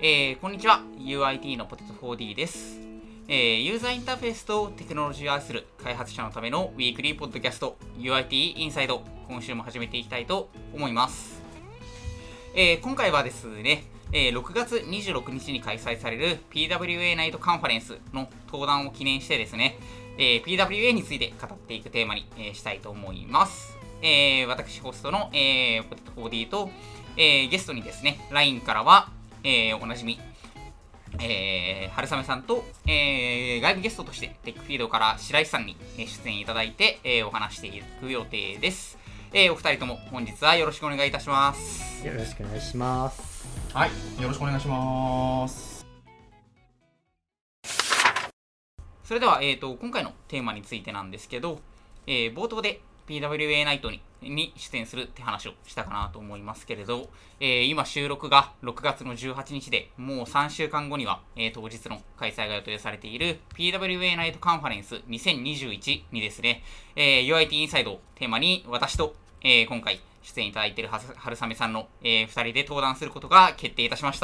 こんにちは。UIT のポテト 4D です。ユーザーインターフェースとテクノロジーを愛する開発者のためのウィークリーポッドキャスト UIT インサイド、今週も始めていきたいと思います。今回はですね、6月26日に開催される PWA ナイトカンファレンスの登壇を記念してですね、PWA について語っていくテーマに、したいと思います。私ホストの、ポテト 4D と、ゲストにですね、LINE からは、おなじみ、春雨さんと、外部ゲストとしてテックフィードから白石さんに出演いただいて、お話していく予定です。お二人とも本日はよろしくお願いいたします。 よろしくお願いします。 はい、よろしくお願いします。 それでは、今回のテーマについてなんですけど、冒頭で PWA ナイトに出演するって話をしたかなと思いますけれど、今収録が6月の18日で、もう3週間後には、当日の開催が予定されている PWA ナイトカンファレンス2021にですね、UIT インサイドをテーマに私と、今回出演いただいている春雨さんの、2人で登壇することが決定いたしました。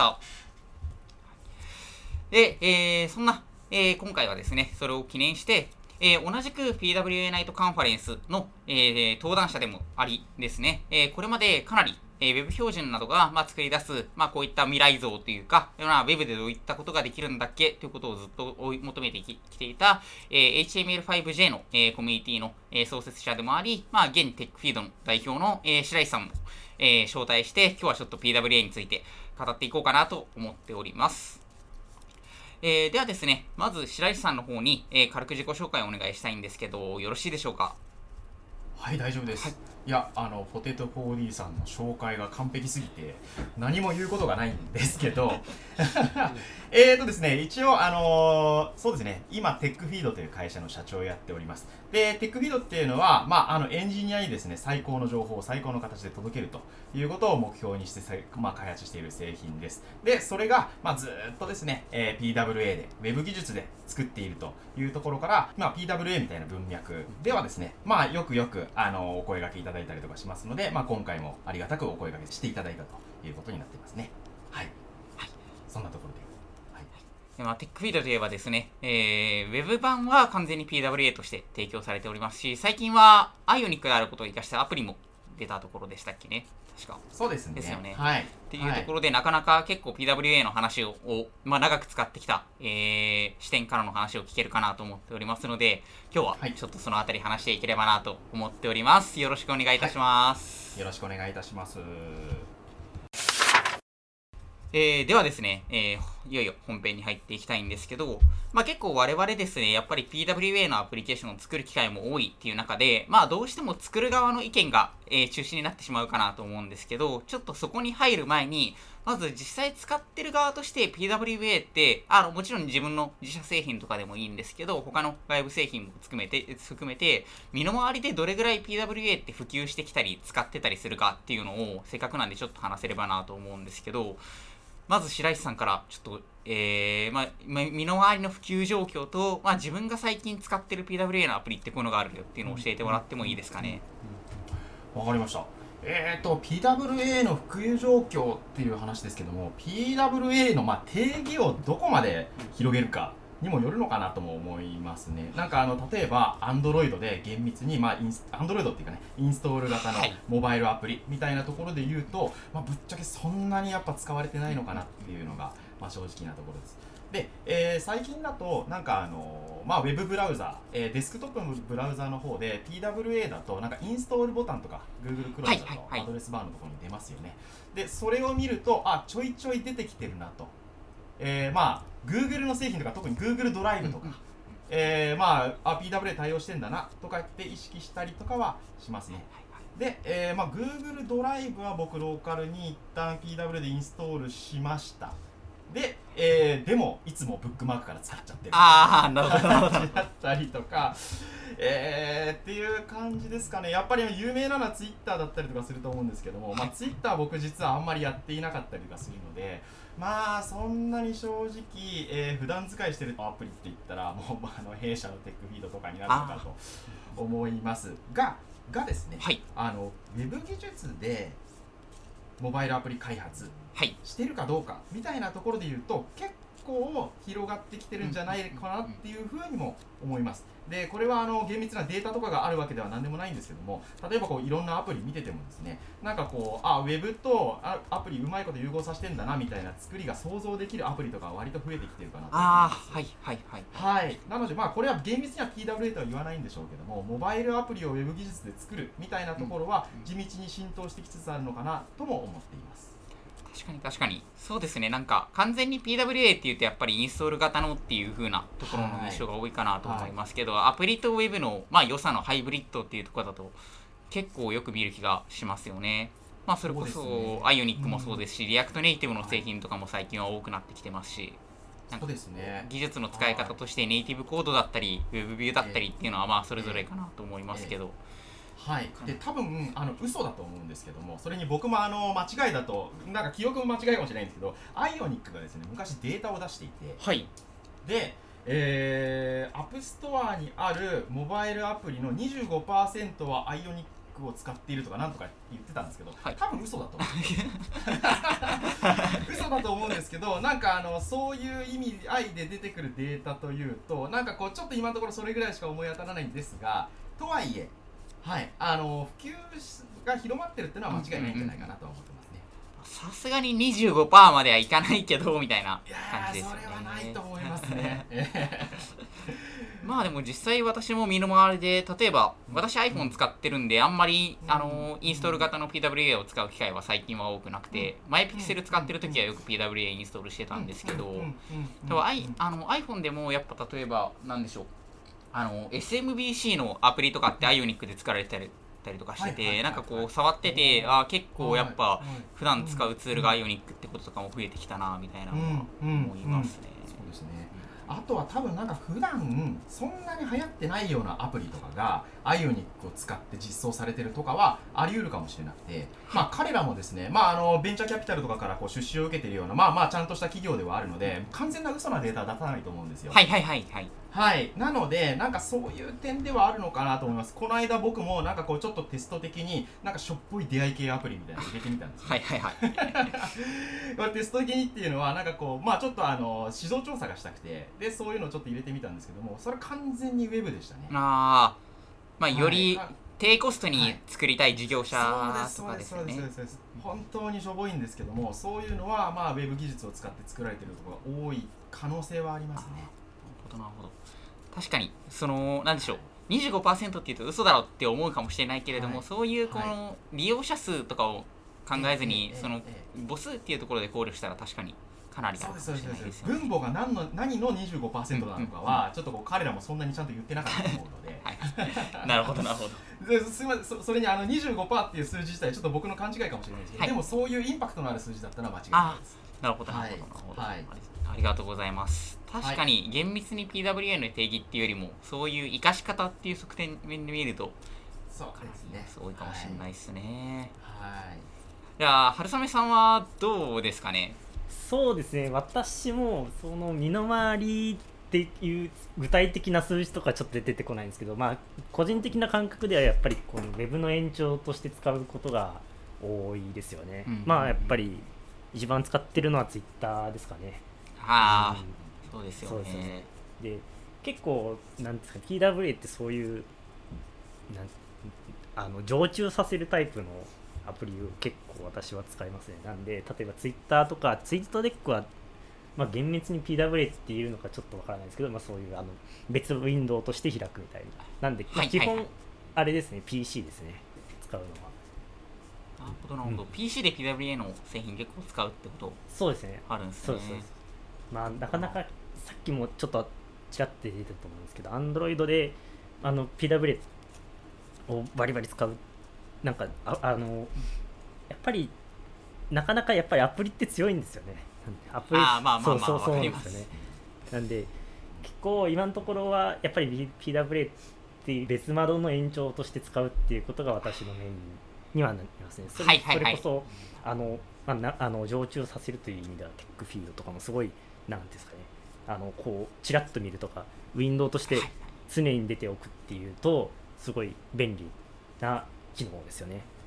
で、そんな、今回はですね、それを記念して、同じく PWA ナイトカンファレンスの、登壇者でもありですね、これまでかなり、Web 標準などが、作り出す、こういった未来像というか、Web でどういったことができるんだっけということをずっと追い求めてきていた、HTML5J の、コミュニティの、創設者でもあり、現テックフィードの代表の、白石さんも、招待して、今日はちょっと PWA について語っていこうかなと思っております。ではですね、まず白石さんの方に、軽く自己紹介をお願いしたいんですけど、よろしいでしょうか。 はい、大丈夫です。いや、ポテト 4D さんの紹介が完璧すぎて何も言うことがないんですけどですね、一応そうですね、今テックフィードという会社の社長をやっております。で、テックフィードっていうのは、エンジニアにですね、最高の情報を最高の形で届けるということを目標にして開発している製品です。で、それが、ずっとですね、PWA で、Web 技術で作っているというところから、PWA みたいな文脈ではですね、よくお声掛けいただいたりとかしますので、今回もありがたくお声掛けしていただいたということになっていますね。はい。はい。そんなところで。 テックフィードといえばですね、Web 版は完全に PWA として提供されておりますし、最近は Ionic であることを生かしたアプリも出たところでしたっけね。確か。 そうですね。 ですよね。 はい。 っていうところで、なかなか結構 PWA の話を、長く使ってきた、視点からの話を聞けるかなと思っておりますので、今日はちょっとそのあたり話していければなと思っております。よろしくお願いいたします。 よろしくお願いいたします。 ではですね、いよいよ本編に入っていきたいんですけど、結構我々ですね、やっぱり PWA のアプリケーションを作る機会も多いっていう中で、どうしても作る側の意見が、中心になってしまうかなと思うんですけど、ちょっとそこに入る前に、まず実際使ってる側として PWA って、もちろん自分の自社製品とかでもいいんですけど、他の外部製品も含めて、身の回りでどれぐらい PWA って普及してきたり、使ってたりするかっていうのを、せっかくなんでちょっと話せればなと思うんですけど、まず白石さんからちょっと、身の回りの普及状況と、自分が最近使ってる PWA のアプリってこういうのがあるよっていうのを教えてもらってもいいですかね。 わかりました。PWA の普及状況っていう話ですけども、PWA の定義をどこまで広げるかにもよるのかなとも思いますね。例えば Android で厳密に、Android っていうかね、インストール型のモバイルアプリみたいなところで言うと、ぶっちゃけそんなにやっぱ使われてないのかなっていうのが、正直なところです。で、最近だとウェブブラウザ、デスクトップのブラウザの方で PWA だとインストールボタンとか Google Chrome だとアドレスバーのところに出ますよね。で、それを見るとちょいちょい出てきてるなと。Google の製品とか特に Google ドライブとか、PWA 対応してんだなとかって意識したりとかはしますね。で、Google ドライブは僕ローカルに一旦 PWA でインストールしました。で、でもいつもブックマークから使っちゃってるなるほどだったりとか、っていう感じですかね。やっぱり有名なのは Twitter だったりとかすると思うんですけども、Twitter 僕実はあんまりやっていなかったりとかするので、そんなに正直、普段使いしてるアプリって言ったらもう、弊社のテックフィードとかになるのかと思いますがですね、 はい、 ウェブ技術でモバイルアプリ開発はいしてるかどうかみたいなところで言うと結構広がってきてるんじゃないかなっていうふうにも思います。でこれは厳密なデータとかがあるわけでは何でもないんですけども、例えばいろんなアプリ見ててもですね、なんかウェブとアプリうまいこと融合させてんだなみたいな作りが想像できるアプリとかは割と増えてきてるかなと思います。 はいはいはいはい、なのでこれは厳密には PWA とは言わないんでしょうけども、モバイルアプリをウェブ技術で作るみたいなところは地道に浸透してきつつあるのかなとも思っています。 確かにそうですね。なんか完全に PWA っていうとやっぱりインストール型のっていう風なところの印象が多いかなと思いますけど、アプリとウェブの良さのハイブリッドっていうところだと結構よく見る気がしますよね。それこそアイオニックもそうですし、リアクトネイティブの製品とかも最近は多くなってきてますし、 そうですね、 技術の使い方としてネイティブコードだったりウェブビューだったりっていうのはそれぞれかなと思いますけど、 はい、で多分嘘だと思うんですけども、それに僕も間違いだとなんか記憶も間違いかもしれないんですけど、アイオニックがですね昔データを出していて、 はい、 で、アップストアにあるモバイルアプリの 25% はアイオニックを使っているとかなんとか言ってたんですけど、 はい、 多分嘘だと思う嘘だと思うんですけど、なんかそういう意味合いで出てくるデータというとなんかちょっと今のところそれぐらいしか思い当たらないんですが、とはいえはい、普及が広まってるっていうのは間違いないんじゃないかなと思ってますね。 さすがに 25% まではいかないけどみたいな感じですよね。 それはないと思いますねでも実際私も身の回りで、例えば私 iPhone 使ってるんであんまりインストール型の PWA を使う機会は最近は多くなくて、前ピクセル使ってる時はよく PWA インストールしてたんですけど、iPhone でもやっぱ例えばなんでしょう、SMBC のアプリとかってアイオニックで作られてたりとかしてて、なんか触ってて結構やっぱ普段使うツールがアイオニックってこととかも増えてきたなみたいなのは思いますね。 そうですね。あとは多分なんか普段そんなに流行ってないようなアプリとかがアイオニックを使って実装されてるとかはあり得るかもしれなくて、彼らもですね、ベンチャーキャピタルとかから出資を受けているようなちゃんとした企業ではあるので、完全な嘘なデータは出さないと思うんですよ。はい、なのでなんかそういう点ではあるのかなと思います。この間僕もなんかちょっとテスト的になんかしょっぽい出会い系アプリみたいなの入れてみたんですよ。テスト的にっていうのはなんかちょっと市場調査がしたくて、でそういうのをちょっと入れてみたんですけども、それ完全にウェブでしたね。 より低コストに作りたい事業者とかですよね。 本当にしょぼいんですけども、そういうのはウェブ技術を使って作られているところが多い可能性はありますね。 なるほど。確かになんでしょう、25% っていうと嘘だろって思うかもしれないけれども、そういう利用者数とかを考えずに母数っていうところで考慮したら確かにかなりあるかもしれないですよね。 分母が何の 25% なのかはちょっと彼らもそんなにちゃんと言ってなかったと思うのでなるほどすみません、それに25% っていう数字自体ちょっと僕の勘違いかもしれないですけど、でもそういうインパクトのある数字だったら間違いないです。 なるほどありがとうございます。確かに厳密に PWA の定義っていうよりもそういう生かし方っていう側面で見るとそうですね、 多いかもしれないですね。 じゃあ春雨さんはどうですかね。 そうですね、私もその身の回りっていう具体的な数字とかちょっと出てこないんですけど、個人的な感覚ではやっぱりこのウェブの延長として使うことが多いですよね。やっぱり一番使ってるのはツイッターですかね。 そうですよね。 で結構なんですか、 PWA ってそういう常駐させるタイプのアプリを結構私は使いますね。なんで例えばツイッターとかツイートデックは厳密に PWA っていうのかちょっとわからないですけど、そういう別ウィンドウとして開くみたいな。なんで、基本あれですね、PC ですね、使うのは。 なるほど。PC で PWA の製品結構使うってことそうですね。 あるんですね。 なかなかさっきもちょっとちらって出てたと思うんですけど、Android でPWA をバリバリ使う、なんかやっぱりなかなかやっぱりアプリって強いんですよね。アプリそうなんですよね。なんで結構今のところはやっぱり PWA っていう別窓の延長として使うっていうことが私のメインにはなりますね。それこそ常駐させるという意味ではテックフィードとかもすごいなんですかね、チラッと見るとかウィンドウとして常に出ておくっていうとすごい便利な機能ですよね。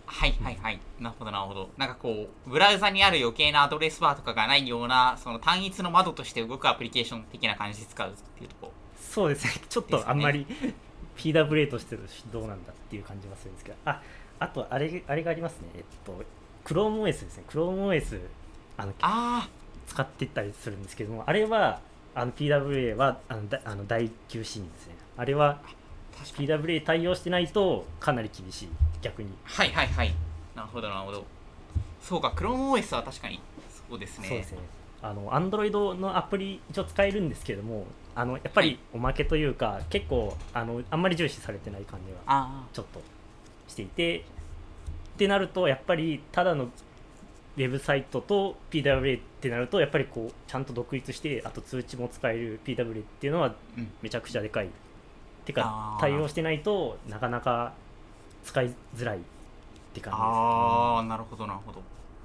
はいはいはい、なるほどなるほど。なんかこうブラウザにある余計なアドレスバーとかがないような、その単一の窓として動くアプリケーション的な感じで使うっていうところ。 そうですね、ちょっとあんまり PWA としてどうなんだっていう感じはするんですけど、あとあれがありますね、ChromeOS ですね。ChromeOS 使ってたりするんですけども、あれはPWA は第9シーンですね。あれは PWA 対応してないとかなり厳しい、逆に。 はいはいはい、なるほどなるほど。そうか、ChromeOS は確かにそうですね。 そうですね。Android のアプリ一応使えるんですけども、やっぱりおまけというか、結構あんまり重視されてない感じがちょっとしていて、ってなるとやっぱりただのウェブサイトと PWA ってなると、やっぱりこうちゃんと独立して、あと通知も使える PWA っていうのはめちゃくちゃでかい、てか対応してないとなかなか使いづらいって感じです、ね。 ああ、なるほどなるほど。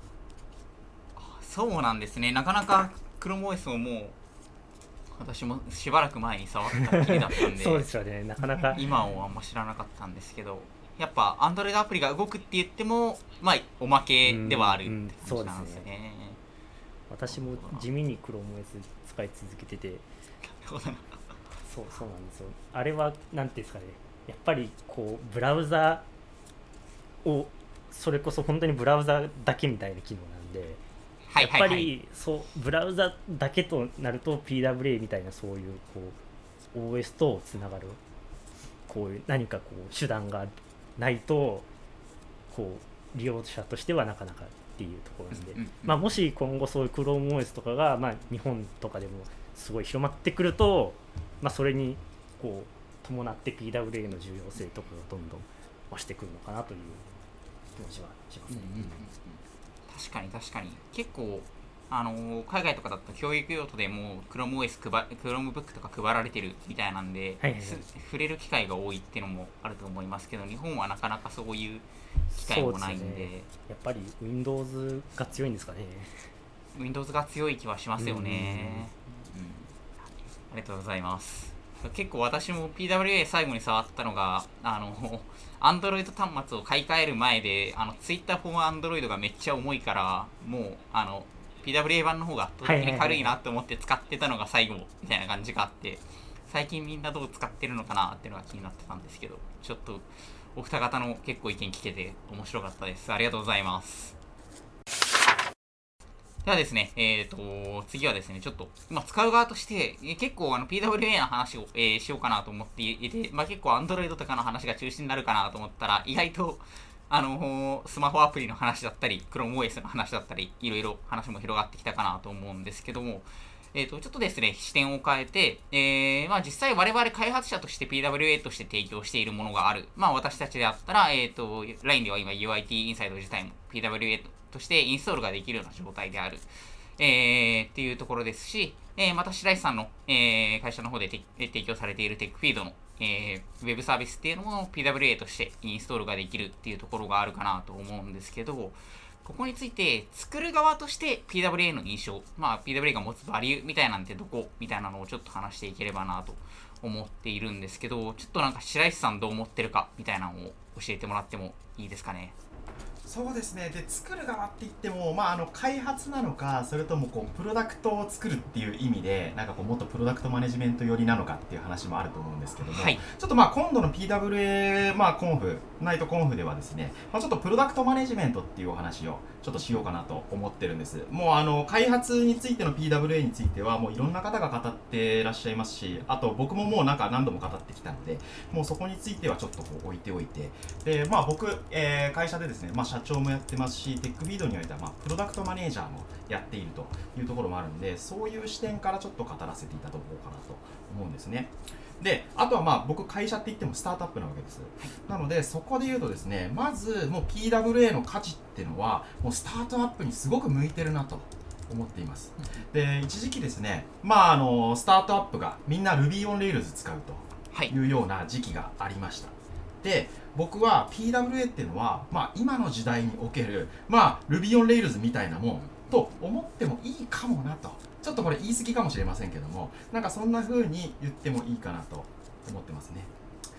そうなんですね。なかなか ChromeOS をもう私もしばらく前に触ったきりだったんでそうですよね、なかなか今をあんま知らなかったんですけど、やっぱ Android アプリが動くって言っても、まあおまけではあるって感じなんですよね。 私も地味に ChromeOS 使い続けてて、そうなんですよ。あれはなんていうんですかね、やっぱりこうブラウザを、それこそ本当にブラウザだけみたいな機能なんで、やっぱりそうブラウザだけとなると PWA みたいな、そういうこう OS とつながるこういう何かこう手段がないと、こう利用者としてはなかなかっていうところなんで、まあ、もし今後そういう ChromeOS とかが、まあ、日本とかでもすごい広まってくると、まあ、それにこう伴って PWA の重要性とかがどんどん増してくるのかなという気持ちはしますね。 確かに確かに、結構海外とかだと教育用途でも Chromebook とか配られてるみたいなんで、触れる機会が多いっていうのもあると思いますけど、日本はなかなかそういう機会もないん で、 やっぱり Windows が強いんですかね。 Windows が強い気はしますよね。ありがとうございます。結構私も PWA 最後に触ったのがAndroid 端末を買い替える前で、Twitter for Android がめっちゃ重いから、もうPWA 版の方が圧倒的に軽いなと思って使ってたのが最後みたいな感じがあって、最近みんなどう使ってるのかなっていうのが気になってたんですけど、ちょっとお二方の結構意見聞けて面白かったです。ありがとうございます。ではですね、次はですね、ちょっと、使う側として、結構PWA の話を、しようかなと思っていて、結構 Android とかの話が中心になるかなと思ったら、意外と、スマホアプリの話だったり、ChromeOS の話だったり、いろいろ話も広がってきたかなと思うんですけども、ちょっとですね、視点を変えて、実際我々開発者として PWA として提供しているものがある。私たちであったら、LINE では今 UIT インサイド自体も PWA としてインストールができるような状態である。っていうところですし、また白石さんの、会社の方で提供されているテックフィードの、ウェブサービスっていうのも PWA としてインストールができるっていうところがあるかなと思うんですけど、ここについて作る側として PWA の印象、PWA が持つバリューみたいなんてどこみたいなのをちょっと話していければなと思っているんですけど、ちょっとなんか白石さんどう思ってるかみたいなのを教えてもらってもいいですかね。 そうですね。で、作る側って言っても、開発なのか、それともこうプロダクトを作るっていう意味で、なんかこうもっとプロダクトマネジメント寄りなのかっていう話もあると思うんですけども、ちょっと今度の PWA、コンフ、ナイトコンフではですね、ちょっとプロダクトマネジメントっていうお話をちょっとしようかなと思ってるんです。もう開発についての PWA についてはもういろんな方が語ってらっしゃいますし、あと僕ももうなんか何度も語ってきたので、もうそこについてはちょっとこう置いておいて、で僕、会社でですね、社長もやってますし、テックビードにおいてはプロダクトマネージャーもやっているというところもあるので、そういう視点からちょっと語らせていただこうかなと思うんですね。で、あとは僕会社って言ってもスタートアップなわけです。なのでそこで言うとですね、まずもう PWA の価値っていうのはもうスタートアップにすごく向いてるなと思っています。で、一時期ですね、スタートアップがみんな Ruby on Rails 使うというような時期がありました。で、僕は PWA っていうのは、今の時代における、Ruby on Rails みたいなもんと思ってもいいかもなと。ちょっとこれ言い過ぎかもしれませんけども、なんかそんな風に言ってもいいかなと思ってますね。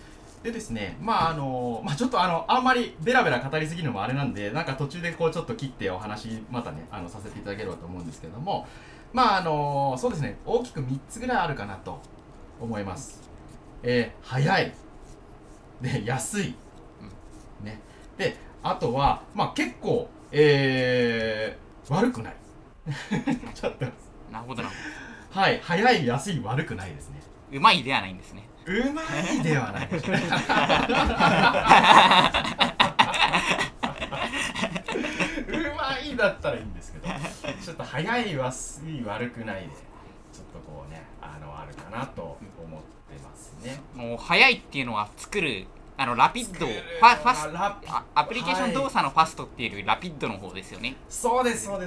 でですね、ちょっとあんまりベラベラ語りすぎるのもあれなんで、なんか途中でこうちょっと切ってお話またねさせていただければと思うんですけども、そうですね、大きく3つぐらいあるかなと思います。早いで安い、ね、であとは結構悪くないちょっとなるほどな。 はい、早い安い悪くないですね。 うまいではないんですね。 うまいではないですねうまいだったらいいんですけど、ちょっと早い安い悪くないでちょっとこうねあるかなと思ってますね。 もう早いっていうのは作るラピッドアプリケーション動作のファストっていうよりラピッドの方ですよね。 そうですこ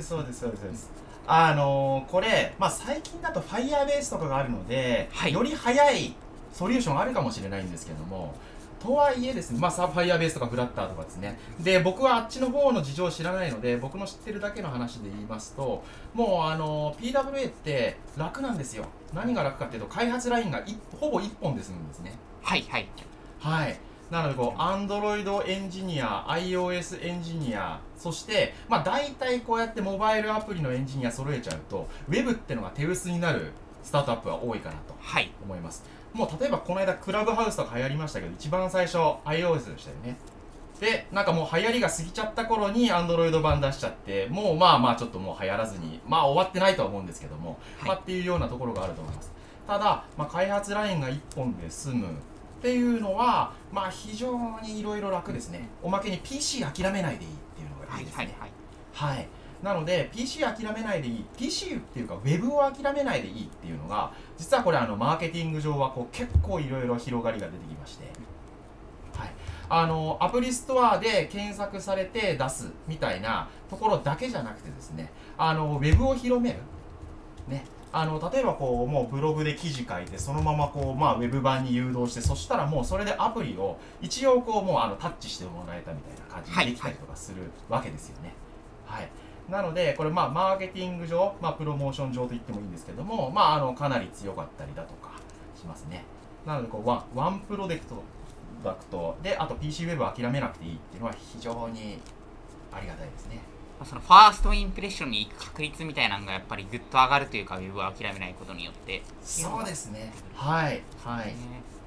れ、最近だと Firebase とかがあるので、 はい、 より早いソリューションあるかもしれないんですけども、とはいえですね、Firebase とか Flutter とかですね。で、僕はあっちの方の事情を知らないので、僕の知ってるだけの話で言いますと、もうPWA って楽なんですよ。何が楽かっていうと、開発ラインがほぼ1本で済むんですね。 はいはいはい。なのでAndroid エンジニア、iOS エンジニア、そして大体こうやってモバイルアプリのエンジニア揃えちゃうと Web ってのが手薄になるスタートアップは多いかなと思います。もう例えばこの間クラブハウスとか流行りましたけど、一番最初 iOS でしたよね。でなんかもう流行りが過ぎちゃった頃に Android 版出しちゃって、もうちょっともう流行らずに終わってないとは思うんですけども、っていうようなところがあると思います。ただ、開発ラインが1本で済むっていうのは非常にいろいろ楽ですね。おまけに PC 諦めないでいいっていうのがいいですね。はい。なので PC 諦めないでいい、 PC っていうか Web を諦めないでいいっていうのが、実はこれマーケティング上は結構いろいろ広がりが出てきまして、はい、アプリストアで検索されて出すみたいなところだけじゃなくてですね、Web を広めるね。例えばもうブログで記事書いてそのままウェブ版に誘導して、そしたらもうそれでアプリを一応もうタッチしてもらえたみたいな感じにできたりとかするわけですよね。はい。なのでこれマーケティング上、プロモーション上と言ってもいいんですけども、かなり強かったりだとかしますね。なのでワンプロダクトで、あと PC ウェブを諦めなくていいっていうのは非常にありがたいですね。 そのファーストインプレッションに行く確率みたいなのがやっぱりぐっと上がるというか、ウェブを諦めないことによって。 そうですね。はいはい。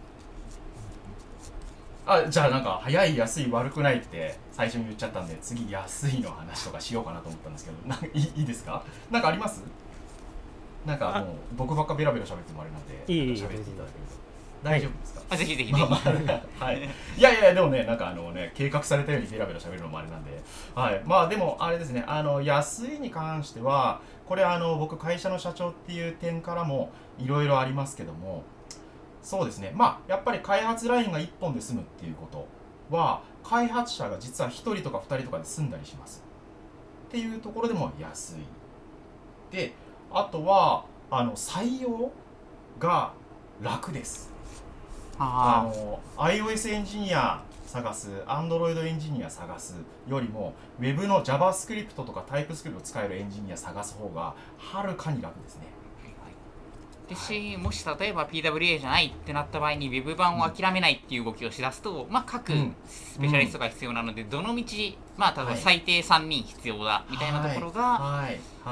じゃあなんか早い安い悪くないって最初に言っちゃったんで、次安いの話とかしようかなと思ったんですけど、なんかいいですか？なんかあります？なんかもう僕ばっかベラベラ喋ってもあれなんで、喋っていただけると大丈夫ですか？ ぜひぜひ。 はい。いやでもね、なんか計画されたようにベラベラ喋るのもあれなんで、はい。でもあれですね、安いに関してはこれ僕会社の社長っていう点からもいろいろありますけども、そうですね、やっぱり開発ラインが1本で済むっていうことは、開発者が実は1人とか2人とかで済んだりしますっていうところでも安いで、あとは採用が楽です。iOS エンジニア探す、Android エンジニア探すよりも Web の JavaScript とか TypeScript を使えるエンジニア探す方がはるかに楽ですね。 もし例えば PWA じゃないってなった場合に Web 版を諦めないっていう動きをしだすと、各スペシャリストが必要なので、どのみち例えば最低3人必要だみたいなところが、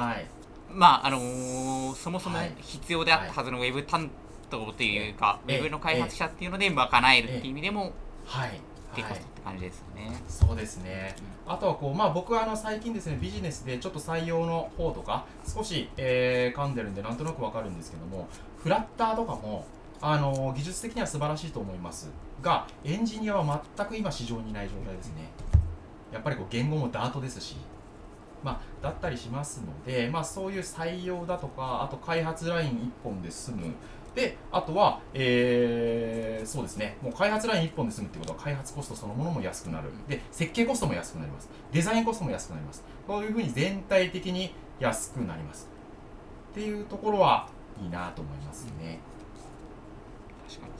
そもそも必要であったはずの Web 担当というか Web の開発者っていうので賄えるっていう意味でも結構って感じですよね。 そうですね。あとは僕は最近ですね、ビジネスでちょっと採用の方とか少し、噛んでるんでなんとなくわかるんですけども、フラッターとかも技術的には素晴らしいと思いますが、エンジニアは全く今市場にいない状態ですね。やっぱり言語もダートですし、だったりしますので、そういう採用だとか、あと開発ライン1本で済む。で、あとは、そうですね、もう開発ライン1本で済むってことは開発コストそのものも安くなる。で、設計コストも安くなります。デザインコストも安くなります。こういうふうに全体的に安くなります。っていうところはいいなと思いますね。 確かに。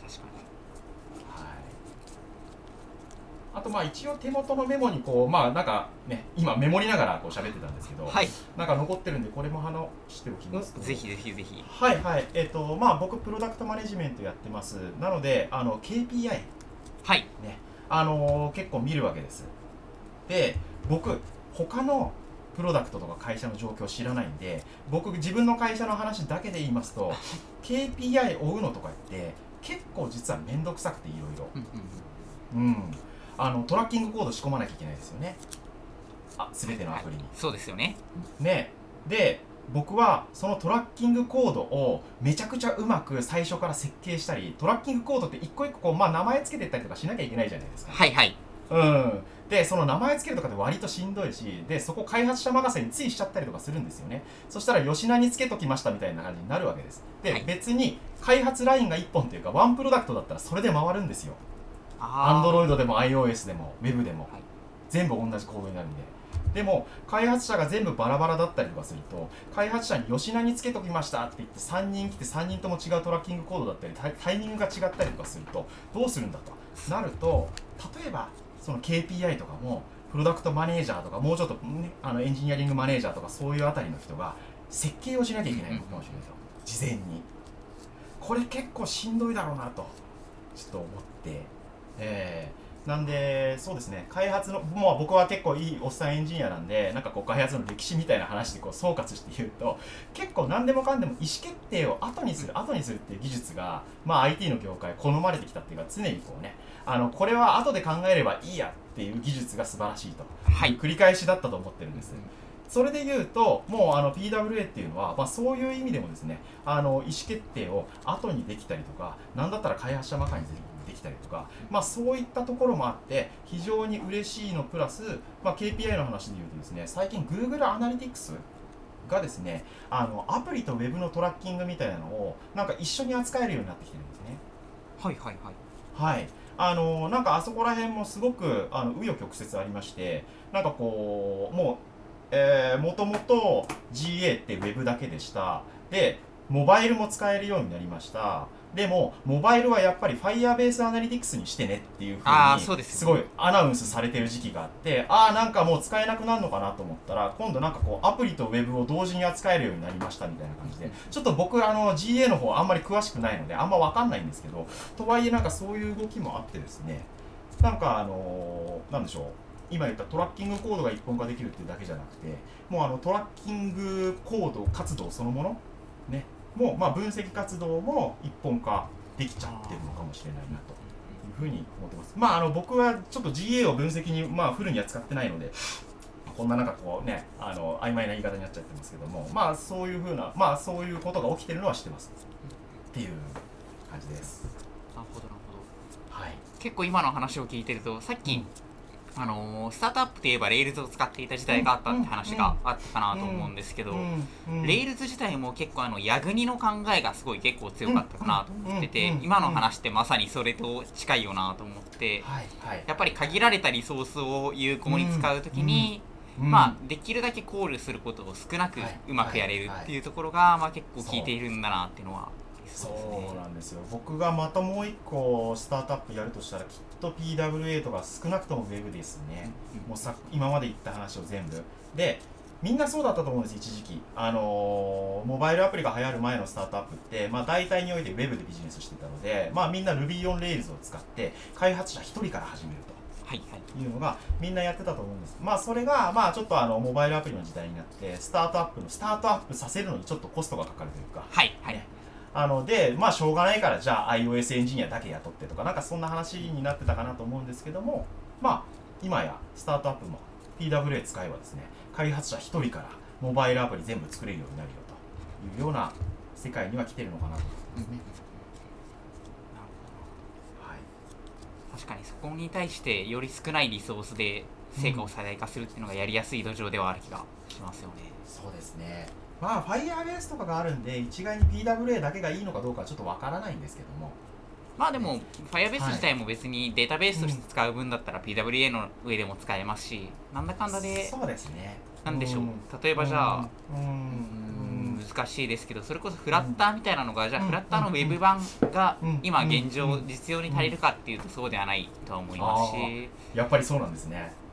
あと一応手元のメモになんかね、今メモりながら喋ってたんですけど、なんか残ってるんでこれも話しておきますと、 ぜひ。 はい。僕プロダクトマネジメントやってます。なのでKPI はいね、結構見るわけです。で、僕他のプロダクトとか会社の状況を知らないんで、僕自分の会社の話だけで言いますとKPI 追うのとかって結構実は面倒くさくていろいろトラッキングコード仕込まなきゃいけないですよね。全てのアプリに、 そうですよね。 ね、で僕はそのトラッキングコードをめちゃくちゃうまく最初から設計したり、トラッキングコードって一個一個こう、名前つけていったりとかしなきゃいけないじゃないですか。 はいはい。 でその名前つけるとかって割としんどいし、でそこ開発者任せについしちゃったりとかするんですよね。そしたら吉名につけときましたみたいな感じになるわけです。で、はい、別に開発ラインが1本というかワンプロダクトだったらそれで回るんですよ。Android でも iOS でも Web でも、はい、全部同じコードになるんで。でも開発者が全部バラバラだったりとかすると、開発者に吉名につけときましたって言って3人来て3人とも違うトラッキングコードだったりタイミングが違ったりとかするとどうするんだとなると、例えばその KPI とかもプロダクトマネージャーとかもうちょっと、ね、エンジニアリングマネージャーとかそういうあたりの人が設計をしなきゃいけないのかもしれないと、事前に。これ結構しんどいだろうなとちょっと思って、なんでそうですね、開発のもう僕は結構いいおっさんエンジニアなんで、なんかこう開発の歴史みたいな話でこう総括して言うと、結構何でもかんでも意思決定を後にするっていう技術が、IT の業界好まれてきたっていうか、常にこうね、これは後で考えればいいやっていう技術が素晴らしいと、繰り返しだったと思ってるんです。それで言うと、もうPWA っていうのは、そういう意味でもですね、意思決定を後にできたりとか、なんだったら開発者任せにできたりとか、そういったところもあって非常に嬉しいのプラス、KPI の話で言うとですね、最近 Google Analytics がですね、アプリと Web のトラッキングみたいなのをなんか一緒に扱えるようになってきてるんですね。はいはいはいはい。なんかあそこら辺もすごく紆余曲折ありまして、なんかこうもともと GA って Web だけでした。でモバイルも使えるようになりました。でもモバイルはやっぱり Firebase Analytics にしてねっていう風にすごいアナウンスされてる時期があって、なんかもう使えなくなるのかなと思ったら、今度なんかこうアプリと Web を同時に扱えるようになりましたみたいな感じで、ちょっと僕GA の方あんまり詳しくないのであんま分かんないんですけど、とはいえなんかそういう動きもあってですね、なんかなんでしょう、今言ったトラッキングコードが一本化できるっていうだけじゃなくて、もうトラッキングコード活動そのものね、もう分析活動も一本化できちゃってるのかもしれないなというふうに思ってます。僕はちょっと GA を分析にフルには使ってないので、こんななんかこうね曖昧な言い方になっちゃってますけども、そういうふうなそういうことが起きてるのは知ってますっていう感じです。 なるほどなるほど。 はい。 結構今の話を聞いてると、さっき、スタートアップといえば Rails を使っていた時代があったって話があったかなと思うんですけど、Rails 自体も結構ヤグニの考えがすごい結構強かったかなと思ってて、今の話ってまさにそれと近いよなと思って、やっぱり限られたリソースを有効に使うときに、できるだけコールすることを少なくうまくやれるっていうところが、結構効いているんだなっていうのは。 そうなんですよ。僕がまたもう一個スタートアップやるとしたら、きっと PWA とか少なくとも Web ですね。もう今まで言った話を全部で、みんなそうだったと思うんです。一時期モバイルアプリが流行る前のスタートアップって、大体において Web でビジネスしてたので、みんな Ruby on Rails を使って開発者1人から始めるというのがみんなやってたと思うんです。それがちょっとモバイルアプリの時代になって、スタートアップさせるのにちょっとコストがかかるというか、ね、でしょうがないからじゃあ iOS エンジニアだけ雇ってとか、なんかそんな話になってたかなと思うんですけども、今やスタートアップも PWA 使えばですね、開発者1人からモバイルアプリ全部作れるようになるよというような世界には来てるのかなと思いますね。 確かにそこに対してより少ないリソースで成果を最大化するっていうのがやりやすい土壌ではある気がしますよね。 そうですね。Firebase とかがあるんで一概に PWA だけがいいのかどうかはちょっとわからないんですけども、 でも Firebase 自体も別にデータベースとして使う分だったら PWA の上でも使えますし、なんだかんだでそうですね。 なんでしょう、例えばじゃあ難しいですけど、それこそフラッターみたいなのが、じゃあフラッターのウェブ版が今現状実用に足りるかっていうとそうではないとは思いますし、 やっぱりそうなんですね。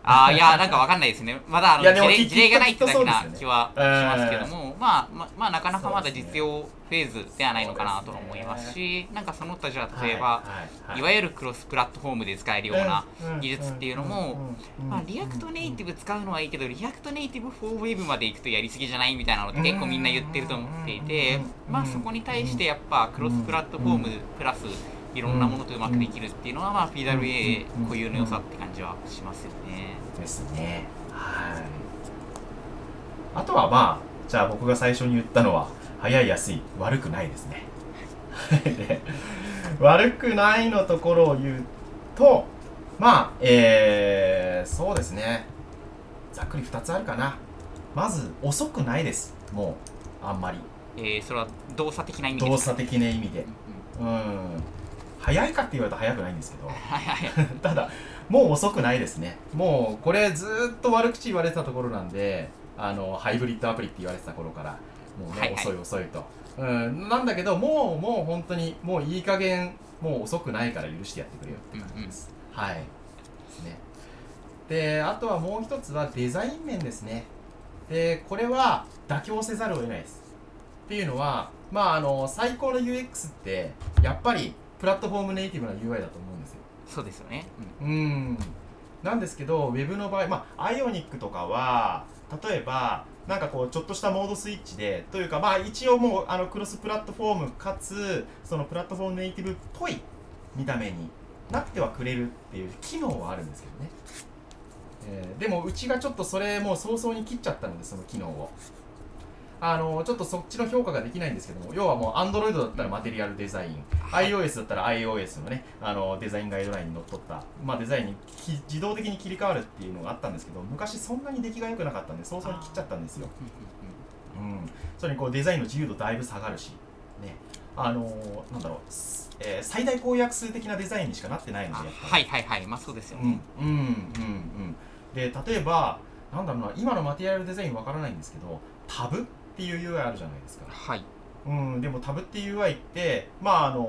いやなんかわかんないですね。まだいやでも事例がないってだけなきっとそうですよね気はしますけども、まあなかなかまだ実用フェーズではないのかなと思いますし、なんかその他じゃあ例えば、いわゆるクロスプラットフォームで使えるような技術っていうのも、リアクトネイティブ使うのはいいけど、リアクトネイティブフォーウェブまで行くとやりすぎじゃないみたいなのって結構みんな言ってると思っていて、まあそこに対してやっぱクロスプラットフォームプラスいろんなものとうまくできるっていうのは、まあ PWA 固有の良さって感じはしますよね。 ですね。はい。あとはまあじゃあ僕が最初に言ったのは早い安い悪くないですね。で悪くないのところを言うとまあそうですね。ざっくり2つあるかな。まず遅くないです。もうあんまり。 それは動作的な意味ですか？ 動作的な意味で。早いかって言われたら早くないんですけどただもう遅くないですね。もうこれずっと悪口言われてたところなんでハイブリッドアプリって言われてた頃からもうね、遅い遅いと、なんだけどもう本当にもういい加減もう遅くないから許してやってくれよって感じです、はいですね。であとはもう一つはデザイン面ですね。でこれは妥協せざるを得ないです。っていうのはまあ最高の UX ってやっぱりプラットフォームネイティブな UI だと思うんですよ。 そうですよね。 なんですけど Web の場合、まあ、Ionic とかは例えばなんかこうちょっとしたモードスイッチでというかまあ一応もうクロスプラットフォームかつそのプラットフォームネイティブっぽい見た目になってはくれるっていう機能はあるんですけどね、でもうちがちょっとそれもう早々に切っちゃったのでその機能をちょっとそっちの評価ができないんですけども、要はもう Android だったらマテリアルデザイン、iOS だったら iOS のねデザインガイドラインにのっとった、まあ、デザインに自動的に切り替わるっていうのがあったんですけど、昔そんなに出来が良くなかったんで早々に切っちゃったんですよ。それにこうデザインの自由度だいぶ下がるしね、なんだろう、最大公約数的なデザインにしかなってないので、 まあそうですよね。 で例えばなんだろうな、今のマテリアルデザインわからないんですけど、タブっていう UI あるじゃないですか。でもタブっていう UI ってまあ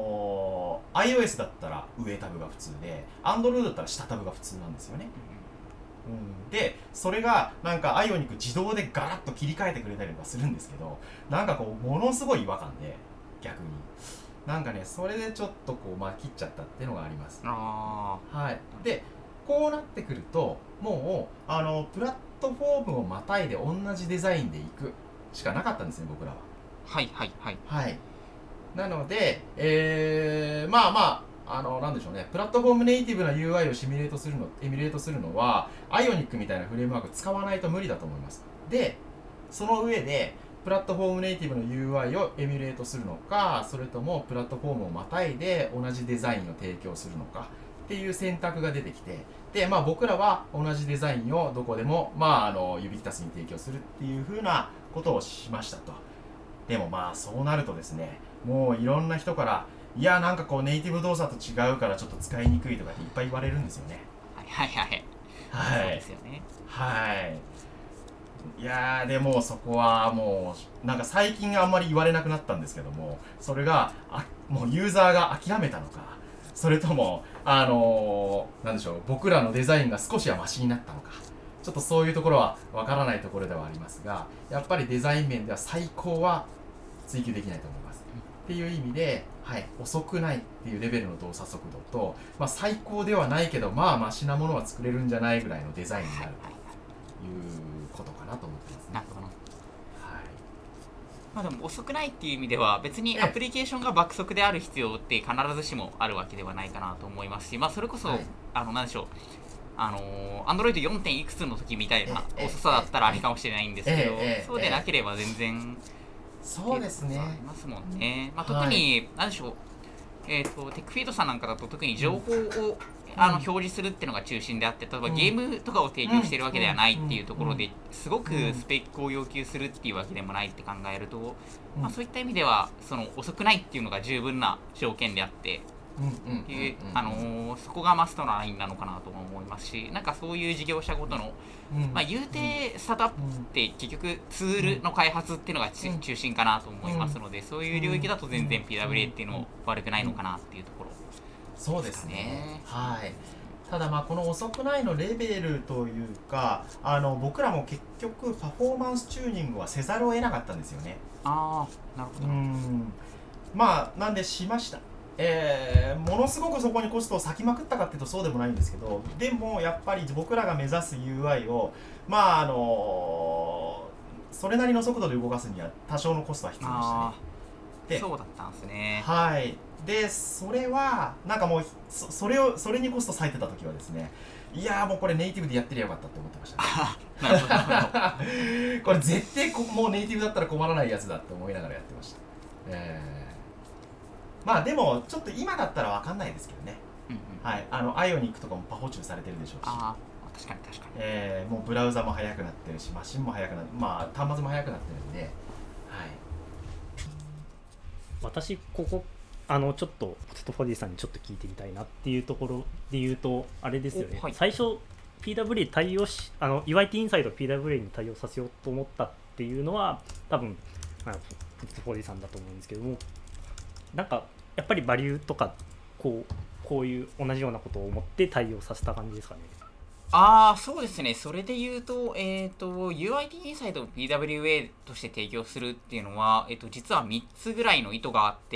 iOS だったら上タブが普通で Android だったら下タブが普通なんですよね。でそれがなんか Ionic 自動でガラッと切り替えてくれたりとかするんですけど、なんかこうものすごい違和感で逆になんかね、それでちょっとこう切っちゃったっていうのがあります。でこうなってくるともうプラットフォームをまたいで同じデザインでいくしかなかったんですね、僕らは。なので、なんでしょうね、プラットフォームネイティブな UI をエミュレートするのは Ionic みたいなフレームワーク使わないと無理だと思います。でその上でプラットフォームネイティブの UI をエミュレートするのか、それともプラットフォームをまたいで同じデザインを提供するのかっていう選択が出てきて、で僕らは同じデザインをどこでもユビキタスに提供するっていう風なことをしましたと。でもそうなるとですね、もういろんな人からいやなんかこうネイティブ動作と違うからちょっと使いにくいとかっていっぱい言われるんですよね。そうですよね。いやでもそこはもうなんか最近あんまり言われなくなったんですけども、それがもうユーザーが諦めたのか、それともなんでしょう、僕らのデザインが少しはマシになったのか、ちょっとそういうところはわからないところではありますが、やっぱりデザイン面では最高は追求できないと思います。っていう意味で、遅くないっていうレベルの動作速度と、最高ではないけどマシなものは作れるんじゃないぐらいのデザインになるということかなと思ってますね。 なるほど。でも遅くないっていう意味では別にアプリケーションが爆速である必要って必ずしもあるわけではないかなと思いますし、それこそ、なんでしょう、Android 4. 点いくつの時みたいな遅さだったらあれかもしれないんですけど、そうでなければ全然そうですね、 ありますもんね。特に何でしょう、テックフィードさんなんかだと特に情報を表示するっていうのが中心であって、例えばゲームとかを提供しているわけではないっていうところですごくスペックを要求するっていうわけでもないって考えると、そういった意味ではその遅くないっていうのが十分な条件であって、そこがマストなラインなのかなとも思いますし、なんかそういう事業者ごとの、言うてスタートアップって結局ツールの開発っていうのが中心かなと思いますので、そういう領域だと全然 PWA っていうのも悪くないのかなっていうところですね。 そうですね。 ただこの遅くないのレベルというか僕らも結局パフォーマンスチューニングはせざるを得なかったんですよね。 ああ、なるほど。 なんでしました。ものすごくそこにコストを割きまくったかっていうとそうでもないんですけど、でもやっぱり僕らが目指す UI をそれなりの速度で動かすには多少のコストは必要でしたね。 でそうだったんですね。 はい。でそれはもうそれにコスト割いてた時はですね、いやもうこれネイティブでやってりゃよかったって思ってましたね。なるほどこれ絶対もうネイティブだったら困らないやつだって思いながらやってました。でもちょっと今だったら分かんないですけどね、はい、アイオニックとかもパフォチューされてるでしょうし、 確かにもうブラウザも速くなってるし、マシンも速くなって、端末も速くなってるんで、はい、 私ここちょっとポテトフォディさんにちょっと聞いてみたいなっていうところで言うとあれですよね、最初 PWA 対応UIT インサイド PWA に対応させようと思ったっていうのは多分ポテトフォディさんだと思うんですけども、なんかやっぱりバリューとかこういう同じようなことを思って対応させた感じですかね。 そうですね。それで言うと、UIT インサイドを PWA として提供するっていうのは、実は3つぐらいの意図があって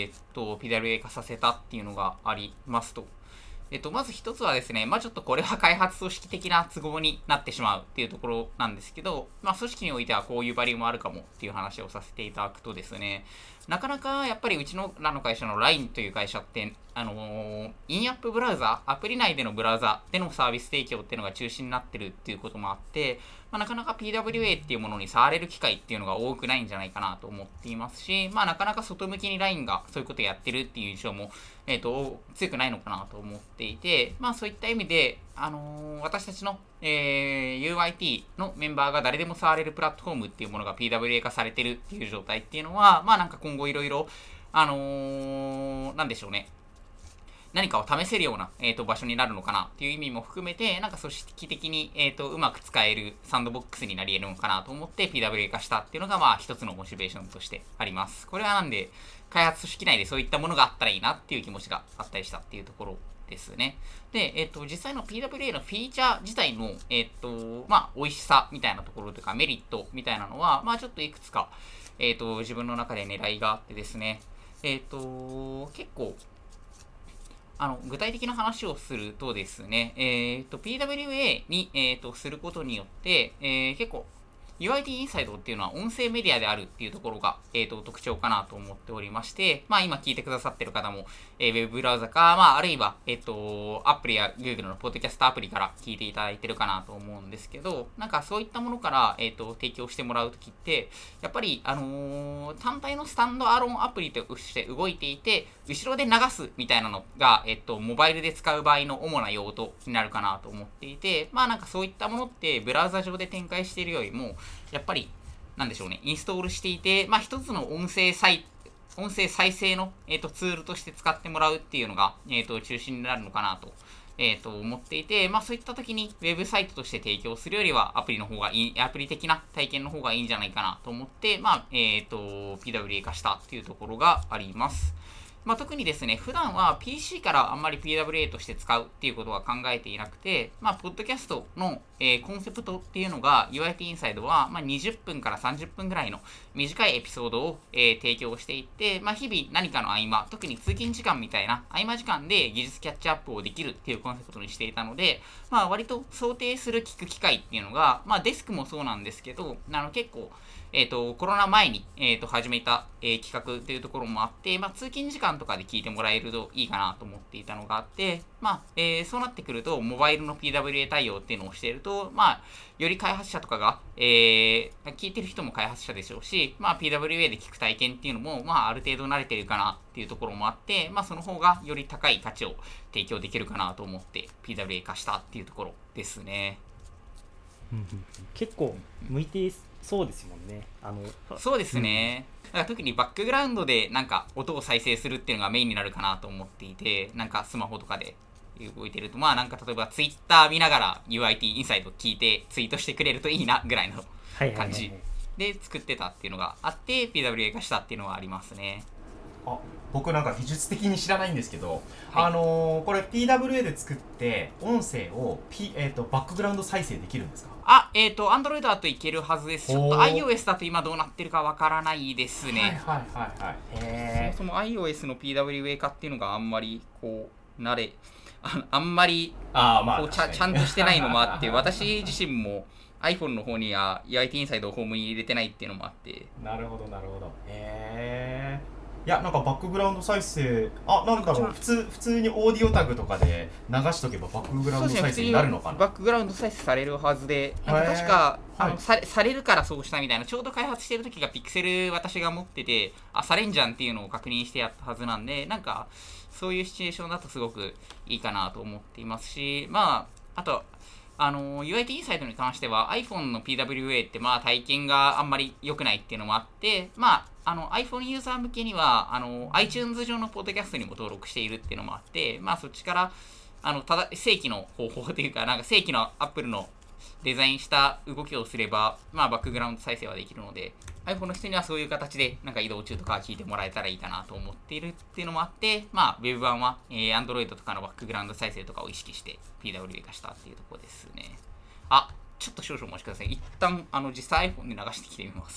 、PWA 化させたっていうのがありますと。まず一つはですね、ちょっとこれは開発組織的な都合になってしまうっていうところなんですけど、組織においてはこういうバリューもあるかもっていう話をさせていただくとですね、なかなかやっぱりうちのらの会社の LINE という会社って、インアップブラウザ、アプリ内でのブラウザでのサービス提供っていうのが中心になってるっていうこともあって、なかなか PWA っていうものに触れる機会っていうのが多くないんじゃないかなと思っていますし、なかなか外向きに LINE がそういうことをやってるっていう印象も、強くないのかなと思っていて、そういった意味で、私たちの、UIT のメンバーが誰でも触れるプラットフォームっていうものが PWA 化されてるっていう状態っていうのは、なんか今後いろいろ、なんでしょうね。何かを試せるような、場所になるのかなっていう意味も含めて、なんか組織的に、うまく使えるサンドボックスになり得るのかなと思って PWA 化したっていうのが、一つのモチベーションとしてあります。これはなんで、開発組織内でそういったものがあったらいいなっていう気持ちがあったりしたっていうところですね。で、実際の PWA のフィーチャー自体の、美味しさみたいなところとかメリットみたいなのは、ちょっといくつか、自分の中で狙いがあってですね、結構、具体的な話をするとですね、PWA に、することによって、結構 UIT インサイドっていうのは音声メディアであるっていうところが、特徴かなと思っておりまして、今聞いてくださってる方も、ウェブブラウザか、あるいは、アップルや Google のポッドキャストアプリから聞いていただいてるかなと思うんですけど、なんかそういったものから、提供してもらうときって、やっぱり、単体のスタンドアローンアプリとして動いていて、後ろで流すみたいなのが、モバイルで使う場合の主な用途になるかなと思っていて、なんかそういったものって、ブラウザ上で展開しているよりも、やっぱり、なんでしょうね、インストールしていて、一つの音声再生の、ツールとして使ってもらうっていうのが、中心になるのかなと、思っていて、そういった時にウェブサイトとして提供するよりはアプリ的な体験の方がいいんじゃないかなと思って、PWA 化したっていうところがあります。特にですね、普段は PC からあんまり PWA として使うっていうことは考えていなくて、ポッドキャストの、コンセプトっていうのが UIT インサイドは、20分から30分ぐらいの短いエピソードを、提供していって、日々何かの合間、特に通勤時間みたいな合間時間で技術キャッチアップをできるっていうコンセプトにしていたので、割と想定する聞く機会っていうのが、デスクもそうなんですけど、結構、コロナ前に、始めた、企画というところもあって、通勤時間とかで聞いてもらえるといいかなと思っていたのがあって、そうなってくると、モバイルの PWA 対応っていうのをしていると、より開発者とかが、聞いてる人も開発者でしょうし、PWA で聞く体験っていうのも、ある程度慣れてるかなっていうところもあって、その方がより高い価値を提供できるかなと思って PWA 化したっていうところですね。 結構向いてそうですもんね。 そうですね。だから特にバックグラウンドでなんか音を再生するっていうのがメインになるかなと思っていて、なんかスマホとかで動いてると、なんか例えばツイッター見ながら UIT インサイド聞いてツイートしてくれるといいなぐらいの感じで作ってたっていうのがあって PWA 化したっていうのはありますね。 僕なんか技術的に知らないんですけど、 はいこれ PWA で作って音声を、バックグラウンド再生できるんですか？ Android だといけるはずです。ちょっと iOS だと今どうなってるかわからないですね。 はいはいはいはい。へそもそも iOS の PWA 化っていうのがあんまりこうあんまりこうちゃんとしてないのもあって、私自身も iPhone の方には UIT インサイドをホームに入れてないっていうのもあって。 なるほどなるほど。へえ。いやなんかバックグラウンド再生なんだろう、普通にオーディオタグとかで流しとけばバックグラウンド再生になるのかな。 バックグラウンド再生されるはずで、なんか確かされるからそうしたみたいな、ちょうど開発してる時がピクセル私が持ってて、されんじゃんっていうのを確認してやったはずなんで、なんかそういうシチュエーションだとすごくいいかなと思っていますし、あとUIT インサイドに関しては iPhone の PWA って体験があんまり良くないっていうのもあって、iPhone ユーザー向けにはiTunes 上のポッドキャストにも登録しているっていうのもあって、そっちから正規の方法というか、なんか正規の Apple のデザインした動きをすれば、バックグラウンド再生はできるので、iPhone の人にはそういう形でなんか移動中とか聞いてもらえたらいいかなと思っているっていうのもあって、Web 版は、Android とかのバックグラウンド再生とかを意識して PWA 化したっていうところですね。ちょっと少々お待ちください。一旦実際 iPhone で流してきてみます。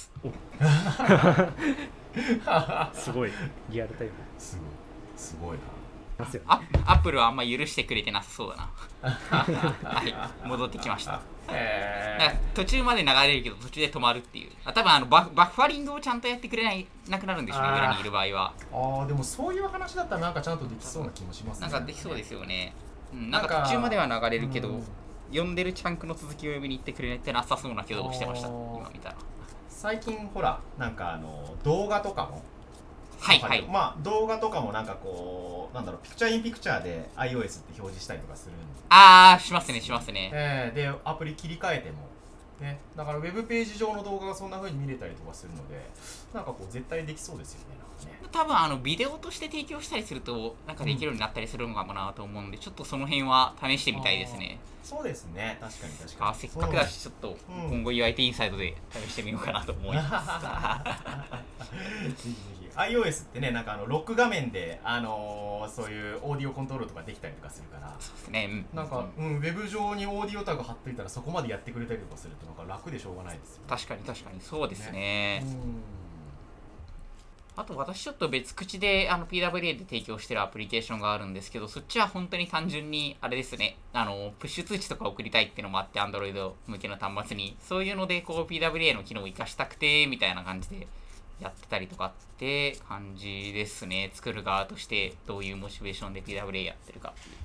すごいリアルタイム。 すごいな。 アップルはあんま許してくれてなさそうだな。はい、戻ってきました。途中まで流れるけど途中で止まるっていう。多分バッファリングをちゃんとやってくれなくなるんでしょうね、裏にいる場合は。 でもそういう話だったらなんかちゃんとできそうな気もしますね。 なんかできそうですよね。なんか途中までは流れるけど、読んでるチャンクの続きを読みに行ってくれてなさそうな挙動をしてました、今見たら。 最近ほら、なんか動画とかもはいはい。 動画とかもなんかこう、なんだろう、ピクチャーインピクチャーで iOS って表示したりとかするんで。 しますね、しますね。 で、アプリ切り替えても、ね、だからウェブページ上の動画がそんな風に見れたりとかするので、なんかこう絶対できそうですよね。 多分ビデオとして提供したりするとなんかできるようになったりするのかもなと思うんで、ちょっとその辺は試してみたいですね。 そうですね、確かに確かに。 せっかくだしちょっと今後 UIT インサイドで試してみようかなと思います。 ぜひぜひ iOS ってね、なんかロック画面でそういうオーディオコントロールとかできたりとかするから、 そうですね。 なんかウェブ上にオーディオタグ貼っといたらそこまでやってくれたりとかするとなんか楽でしょうがないですよね。 確かにそうですね。あと私ちょっと別口でPWA で提供してるアプリケーションがあるんですけど、そっちは本当に単純にあれですね、プッシュ通知とか送りたいっていうのもあって、 Android 向けの端末にそういうのでこう PWA の機能を活かしたくてみたいな感じでやってたりとかって感じですね。作る側としてどういうモチベーションで PWA やってるかっていう。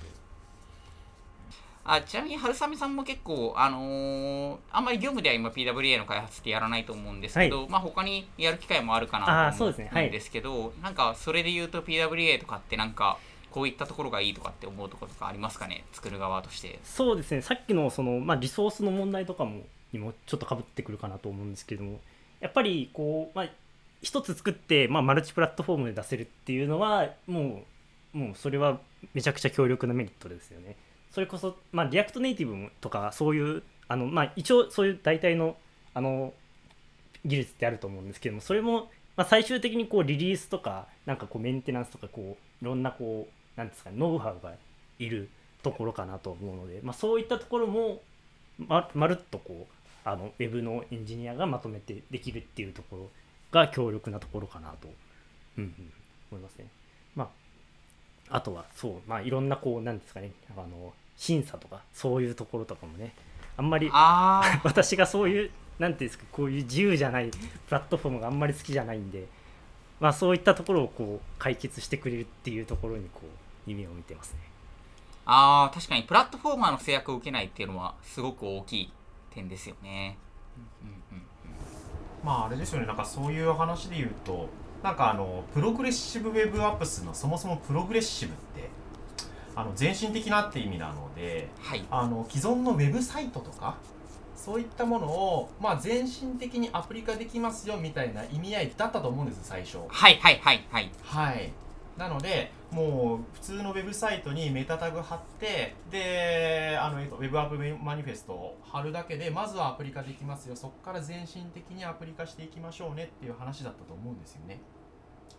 ちなみに春雨さんも結構あんまり業務では今 PWA の開発ってやらないと思うんですけど、他にやる機会もあるかなと思うんですけど、なんかそれで言うと PWA とかってなんかこういったところがいいとかって思うところとかありますかね、作る側として。 そうですね、さっきのリソースの問題とかにもちょっと被ってくるかなと思うんですけども、やっぱりこう、一つ作って、マルチプラットフォームで出せるっていうのはもうそれはめちゃくちゃ強力なメリットですよね。それこそ、リアクトネイティブとかそういう一応そういう大体の技術ってあると思うんですけども、それも、最終的にこうリリースとかなんかこうメンテナンスとかこういろんなこうなんですかね、ノウハウがいるところかなと思うので、そういったところもまるっとこうウェブのエンジニアがまとめてできるっていうところが強力なところかなと、思いますね。あとはそういろんなこうなんですかね、審査とかそういうところとかもね、あんまり私がそういうなんていうんですか、こういう自由じゃないプラットフォームがあんまり好きじゃないんで、そういったところをこう解決してくれるっていうところにこう夢を見てますね。 確かにプラットフォーマーの制約を受けないっていうのはすごく大きい点ですよね。 あれですよね、なんかそういう話で言うと、なんかプログレッシブウェブアップスのそもそもプログレッシブって前進的なって意味なので、既存のウェブサイトとかそういったものを、前進的にアプリ化できますよみたいな意味合いだったと思うんです最初。 はいなのでもう普通のウェブサイトにメタタグ貼って、でウェブアップマニフェストを貼るだけでまずはアプリ化できますよ、そこから前進的にアプリ化していきましょうねっていう話だったと思うんですよね。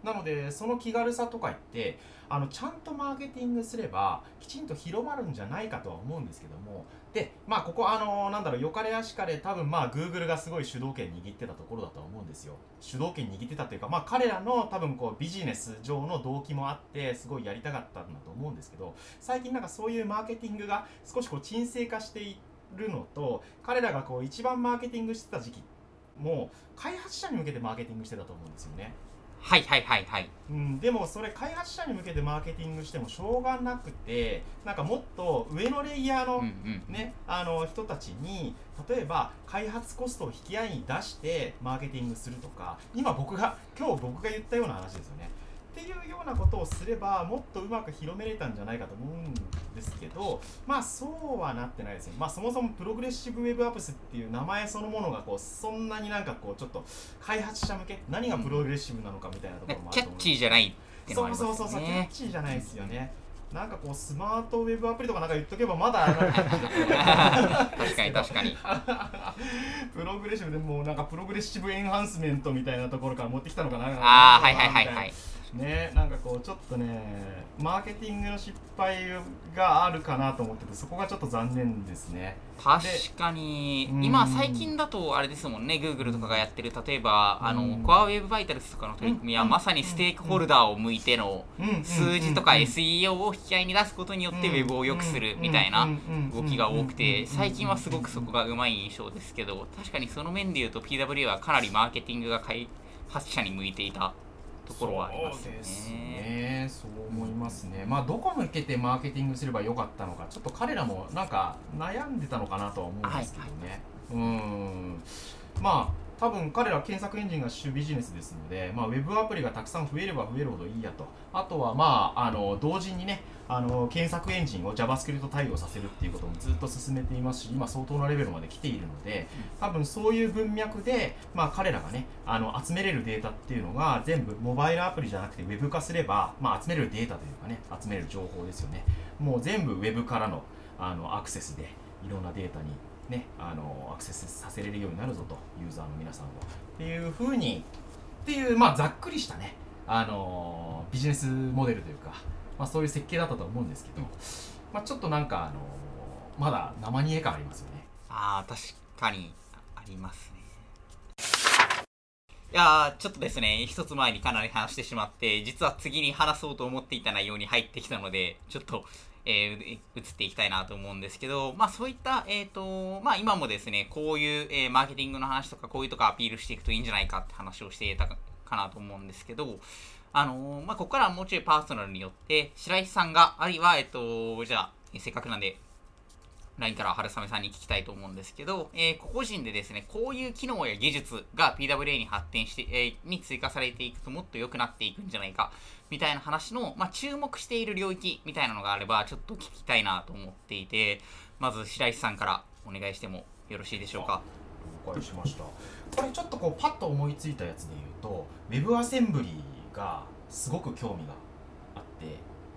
なのでその気軽さとかってちゃんとマーケティングすればきちんと広まるんじゃないかとは思うんですけども、でここよかれやしかれ多分Google がすごい主導権握ってたところだとは思うんですよ。主導権握ってたというか彼らの多分ビジネス上の動機もあってすごいやりたかったんだと思うんですけど、最近そういうマーケティングが少し鎮静化しているのと、彼らが一番マーケティングしてた時期も開発者に向けてマーケティングしてたと思うんですよね。 はいはいはいはい。 でもそれ開発者に向けてマーケティングしてもしょうがなくて、もっと上のレイヤーの、ね人たちに例えば開発コストを引き合いに出してマーケティングするとか、今日僕が言ったような話ですよねっていうようなことをすればもっとうまく広めれたんじゃないかと思うんですけど、そうはなってないですよ。そもそもプログレッシブウェブアプスっていう名前そのものがそんなにちょっと開発者向け、何がプログレッシブなのかみたいなところもあると思う。 キャッチーじゃないってのもありますね。 そうキャッチーじゃないですよね。スマートウェブアプリとか言っとけばまだ確かにプログレッシブでもプログレッシブエンハンスメントみたいなところから持ってきたのかな。 はいはいはいはいね、ちょっとねマーケティングの失敗があるかなと思ってて、そこがちょっと残念ですね。 確かに今最近だとあれですもんね、 Google とかがやってる例えばコアウェブバイタルズとかの取り組みはまさにステークホルダーを向いての数字とか SEO を引き合いに出すことによってウェブを良くするみたいな動きが多くて、最近はすごくそこがうまい印象ですけど、確かにその面でいうと PWA はかなりマーケティングが開発者に向いていたところはありますね。 そうですね、そう思いますね。どこ向けてマーケティングすればよかったのか、ちょっと彼らも悩んでたのかなとは思うんですけどね。多分彼らは検索エンジンが主ビジネスですので、ウェブアプリがたくさん増えれば増えるほどいいやと。あとは同時にね検索エンジンを JavaScript 対応させるっていうこともずっと進めていますし、今相当なレベルまで来ているので、多分そういう文脈で、彼らがね集めれるデータっていうのが全部モバイルアプリじゃなくてウェブ化すれば、集めれるデータというかね、集めれる情報ですよね、もう全部ウェブからのアクセスでいろんなデータにね、アクセスさせれるようになるぞと、ユーザーの皆さんをっていう風にっていう、ざっくりしたねビジネスモデルというか、そういう設計だったと思うんですけど、ちょっとまだ生煮え感ありますよね。 確かにありますね。いやちょっとですね、一つ前にかなり話してしまって、実は次に話そうと思っていた内容に入ってきたので、ちょっと移っていきたいなと思うんですけど、そういった、今もですね、こういう、マーケティングの話とかこういうとこアピールしていくといいんじゃないかって話をしていたかなと思うんですけど、ここからはもうちょいパーソナルによって白石さんが、あるいはじゃあせっかくなんで LINE から春雨さんに聞きたいと思うんですけど、個々人でですね、こういう機能や技術が PWA に発展して、に追加されていくともっと良くなっていくんじゃないかみたいな話の、注目している領域みたいなのがあればちょっと聞きたいなと思っていて、まず白石さんからお願いしてもよろしいでしょうか。 了解しました。これちょっとパッと思いついたやつで言うと、Web アセンブリがすごく興味があって、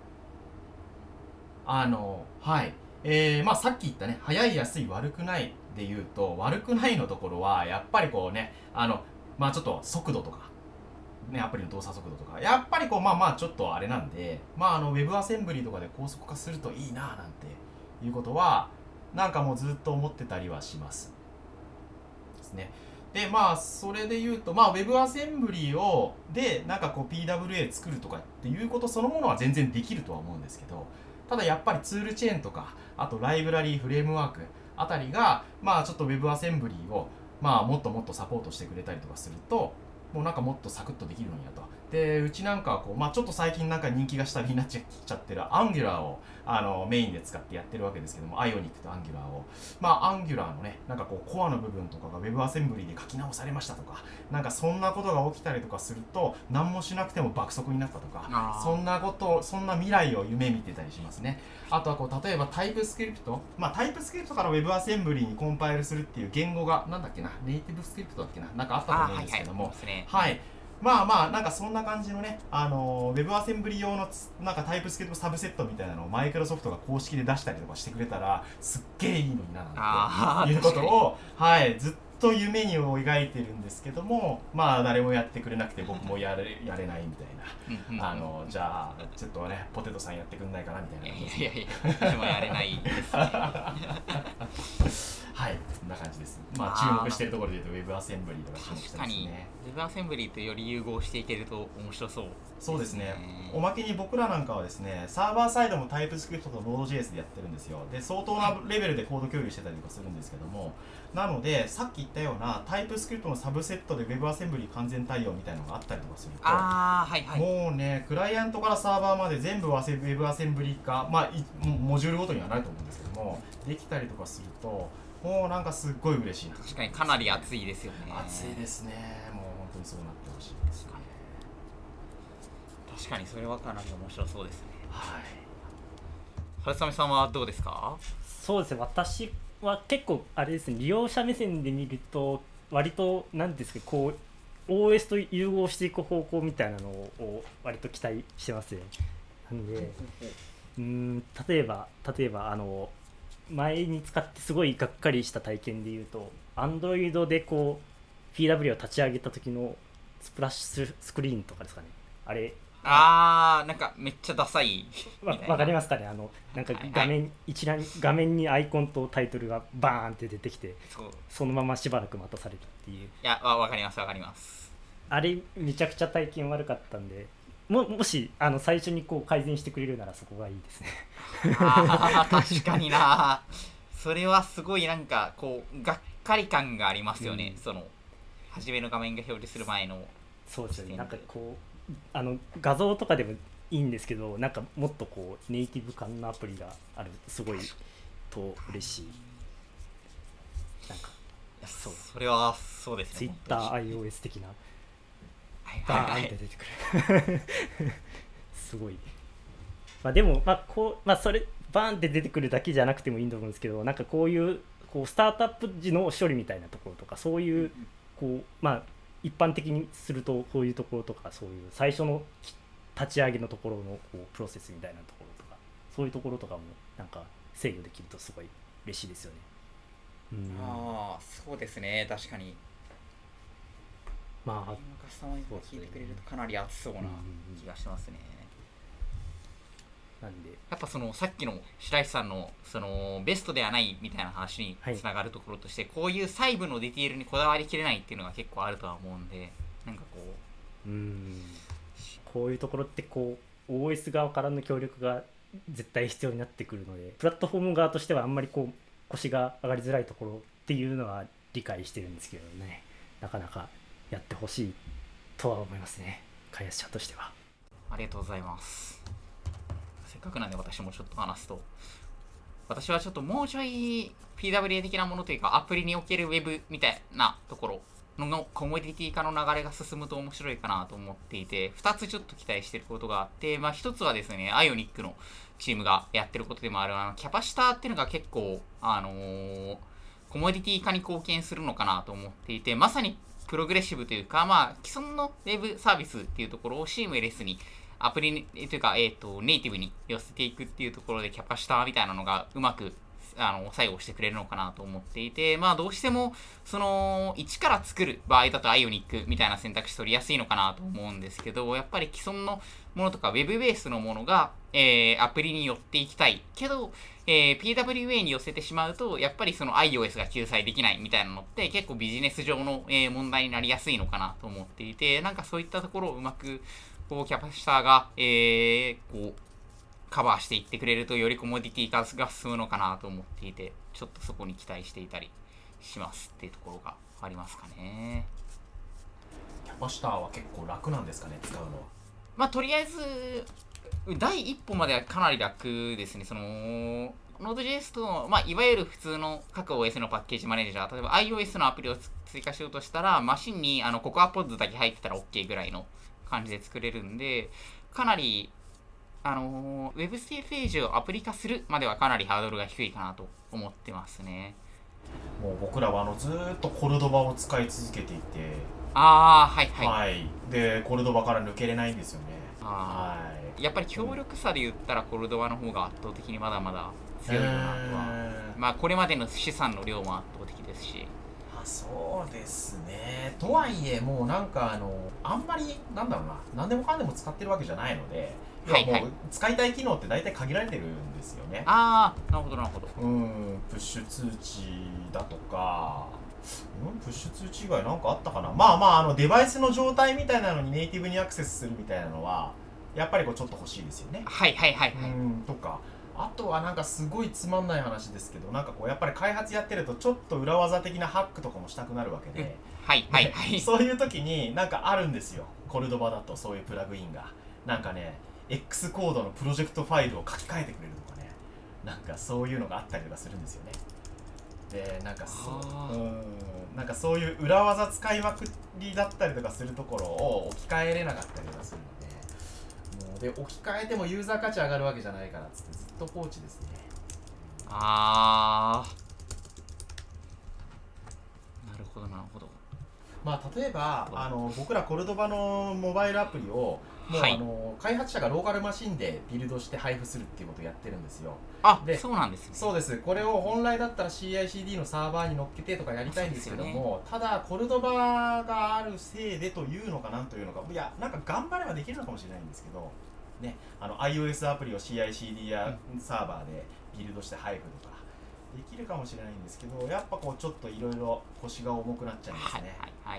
さっき言ったね、早い安い悪くないで言うと、悪くないのところはやっぱりちょっと速度とかね、アプリの動作速度とかやっぱりちょっとあれなんで、Web アセンブリとかで高速化するといいななんていうことはもうずっと思ってたりはしますですね。でそれで言うとWeb アセンブリをでPWA 作るとかっていうことそのものは全然できるとは思うんですけど、ただやっぱりツールチェーンとか、あとライブラリーフレームワークあたりがちょっと Web アセンブリをもっともっとサポートしてくれたりとかすると、もうもっとサクッとできるのになと。でうちはちょっと最近人気が下火になっちゃってる Angular をメインで使ってやってるわけですけども、Ionic と Angular をAngular のねコアの部分とかが Web アセンブリで書き直されましたとか、そんなことが起きたりとかすると、何もしなくても爆速になったとか、そんな未来を夢見てたりしますね。あとは例えばタイプスクリプトから Web アセンブリにコンパイルするっていう言語がネイティブスクリプトだっけな、あったと思うんですけども、そんな感じのね、Web アセンブリ用のタイプスクリプトサブセットみたいなのをマイクロソフトが公式で出したりとかしてくれたらすっげえいいのにななんていうことをずっと夢に描いてるんですけども、まあ誰もやってくれなくて僕もやれないみたいなじゃあちょっとねポテトさんやってくんないかなみたいな。 いやでもやれないですねはい、そんな感じです。まあ注目しているところで言うと WebAssembly とか注目してますね。 確かに WebAssembly とより融合していけると面白そうですね。 そうですね。おまけに僕らなんかはですね、サーバーサイドも TypeScript と Node.js でやってるんですよ。で、相当なレベルでコード共有してたりとかするんですけども、なのでさっき言ったような TypeScript のサブセットで WebAssembly 完全対応みたいなのがあったりとかすると、もうね、クライアントからサーバーまで全部 WebAssembly 化、まあモジュールごとにはなると思うんですけども、できたりとかすると、もうなんかすっごい嬉しいな。 確かにかなり熱いですよね。 熱いですね。もう本当にそうなってほしいですね。 確かにそれはかなり面白そうですね。 はい。 春雨さんはどうですか？ そうですね、私は結構あれですね、利用者目線で見ると割と何ですか、こう OS と融合していく方向みたいなのを割と期待してますね。なんで例えば前に使ってすごいがっかりした体験で言うと Android でこう PW を立ち上げた時のスプラッシュスクリーンとかですかね、あれなんかめっちゃダサいわかりますかね。なんか一覧画面にアイコンとタイトルがバーンって出てきて、そのまましばらく待たされるっていう。 わかりますあれめちゃくちゃ体験悪かったんで、もし最初にこう改善してくれるならそこがいいですね確かにな。それはすごいなんかこうがっかり感がありますよね、その初めの画面が表示する前の。 そうですよね。なんかこう画像とかでもいいんですけど、なんかもっとこうネイティブ感のアプリがあるすごいと嬉しい。なんかそれはそうですね。 TwitterIOS 的なバーンって出てくるすごい。でもそれバーンって出てくるだけじゃなくてもいいと思うんですけど、なんかこういうスタートアップ時の処理みたいなところとか、そういう一般的にするとこういうところとか、そういう最初の立ち上げのところのこうプロセスみたいなところとか、そういうところとかもなんか制御できるとすごい嬉しいですよね。 そうですね、確かに。カスタマイズを聞いてくれるとかなり熱そうな気がしますね。 なんでやっぱそのさっきの白石さんのそのベストではないみたいな話につながるところとして、こういう細部のディテールにこだわりきれないっていうのが結構あるとは思うんで、なんかこういうところってこう OS 側からの協力が絶対必要になってくるので、プラットフォーム側としてはあんまりこう腰が上がりづらいところっていうのは理解してるんですけどね、なかなかやってほしいとは思いますね、開発者としては。 ありがとうございます。せっかくなんで私もちょっと話すと、私はちょっともうちょい PWA 的なものというかアプリにおける Web みたいなところのコモディティ化の流れが進むと面白いかなと思っていて、2つちょっと期待していることがあって、1つはですね、アイオニックのチームがやってることでもあるキャパシターっていうのが結構コモディティ化に貢献するのかなと思っていて、まさにプログレッシブというか、既存の Web サービスっていうところをシームレスにアプリにというか、ネイティブに寄せていくっていうところでキャパシターみたいなのがうまく作用してくれるのかなと思っていて、どうしてもその一から作る場合だとアイオニックみたいな選択肢取りやすいのかなと思うんですけど、やっぱり既存のものとか Web ベースのものが、アプリに寄っていきたいけど、PWA に寄せてしまうとやっぱりその iOS が救済できないみたいなのって結構ビジネス上の、問題になりやすいのかなと思っていて、なんかそういったところをうまくこうキャパシターが、こうカバーしていってくれるとよりコモディティ化が進むのかなと思っていて、ちょっとそこに期待していたりしますっていうところがありますかね。 キャパシターは結構楽なんですかね、使うのは。 とりあえず第一歩まではかなり楽ですね。そのNode.js と、いわゆる普通の各 OS のパッケージマネージャー、例えば iOS のアプリを追加しようとしたら、マシンにCocoaPods だけ入ってたら OK ぐらいの感じで作れるんで、かなりWeb ステージをアプリ化するまではかなりハードルが低いかなと思ってますね。 もう僕らはずーっとコルドバを使い続けていて、でコルドバから抜けれないんですよね。 やっぱり強力さで言ったらコルドバの方が圧倒的にまだまだ強いよなとは、これまでの資産の量も圧倒的ですし、 そうですね。とはいえもうなんかあんまりなんだろうな、何でもかんでも使ってるわけじゃないので、 はいはい、 もう使いたい機能って大体限られてるんですよね。 ああ、なるほどなるほど。 プッシュ通知だとか、プッシュ通知以外なんかあったかな。まあまあデバイスの状態みたいなのにネイティブにアクセスするみたいなのはやっぱりこうちょっと欲しいですよね。 はいはいはいはい。 とか。あとはなんかすごいつまんない話ですけど、なんかこうやっぱり開発やってるとちょっと裏技的なハックとかもしたくなるわけで、 はいはいはい。 そういう時になんかあるんですよ。コルドバだとそういうプラグインがなんかね、X コードのプロジェクトファイルを書き換えてくれるとかね、なんかそういうのがあったりとかするんですよね。でなんかなんかそういう裏技使いまくりだったりとかするところを置き換えれなかったりとかするので、もうで置き換えてもユーザー価値上がるわけじゃないからっつってずっと放置ですね。 なるほどなるほど。 まあ例えば僕らコルドバのモバイルアプリをもう、はい、開発者がローカルマシンでビルドして配布するっていうことをやってるんですよ。 でそうなんですね。 そうです。これを本来だったら CI/CD のサーバーに乗っけてとかやりたいんですけども、ただコルドバがあるせいでというのかなんというのか、いやなんか頑張ればできるのかもしれないんですけどね、iOS アプリを CI/CD やサーバーでビルドして配布とかできるかもしれないんですけど、やっぱこうちょっといろいろ腰が重くなっちゃいますね。やっ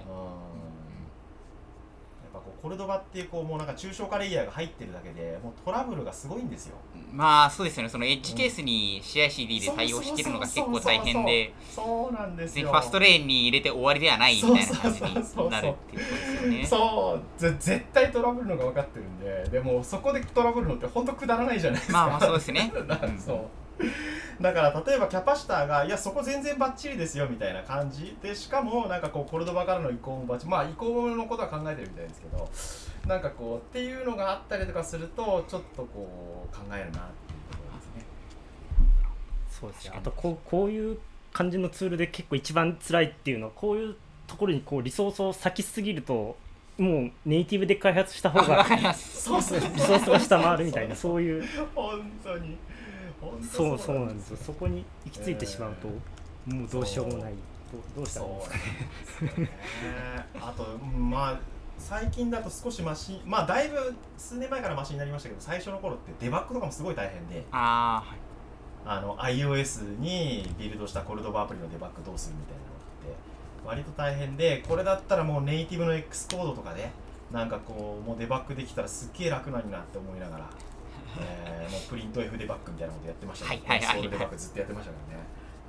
ぱこうコルドバっていうもうなんか抽象化レイヤーが入ってるだけでもうトラブルがすごいんですよ。 まあそうですよね。そのエッジケースに CI/CD で対応してるのが結構大変で、 そうなんですよ。 ファストレーンに入れて終わりではないみたいな感じになるっていうことですよね。 そう絶対トラブるのが分かってるんで、でもそこでトラブるのって本当くだらないじゃないですか。 まあそうですね。 そうだから例えばキャパシターがいやそこ全然バッチリですよみたいな感じで、しかもなんかこうコルドバからの移行もバッチリ、まあ移行のことは考えてるみたいですけど、なんかこうっていうのがあったりとかするとちょっとこう考えるなっていうところですね。 そうですね。あとこういう感じのツールで結構一番辛いっていうのは、こういうところにこうリソースを割きすぎるともうネイティブで開発した方がリソースが下回るみたいな、そういう本当にそうなんですよ。そこに行き着いてしまうと、もうどうしようもない。どうしたらいいですかね。 あとまあ最近だと少しマシまあだいぶ数年前からマシになりましたけど、最初の頃ってデバッグとかもすごい大変で、iOS にビルドしたコルドバアプリのデバッグどうするみたいなのがあって割と大変で、これだったらもうネイティブの X コードとかでなんかこうもうデバッグできたらすっげえ楽なんなって思いながらもうプリント F デバッグみたいなことやってましたね。コンソールデバッグずっとやってましたからね。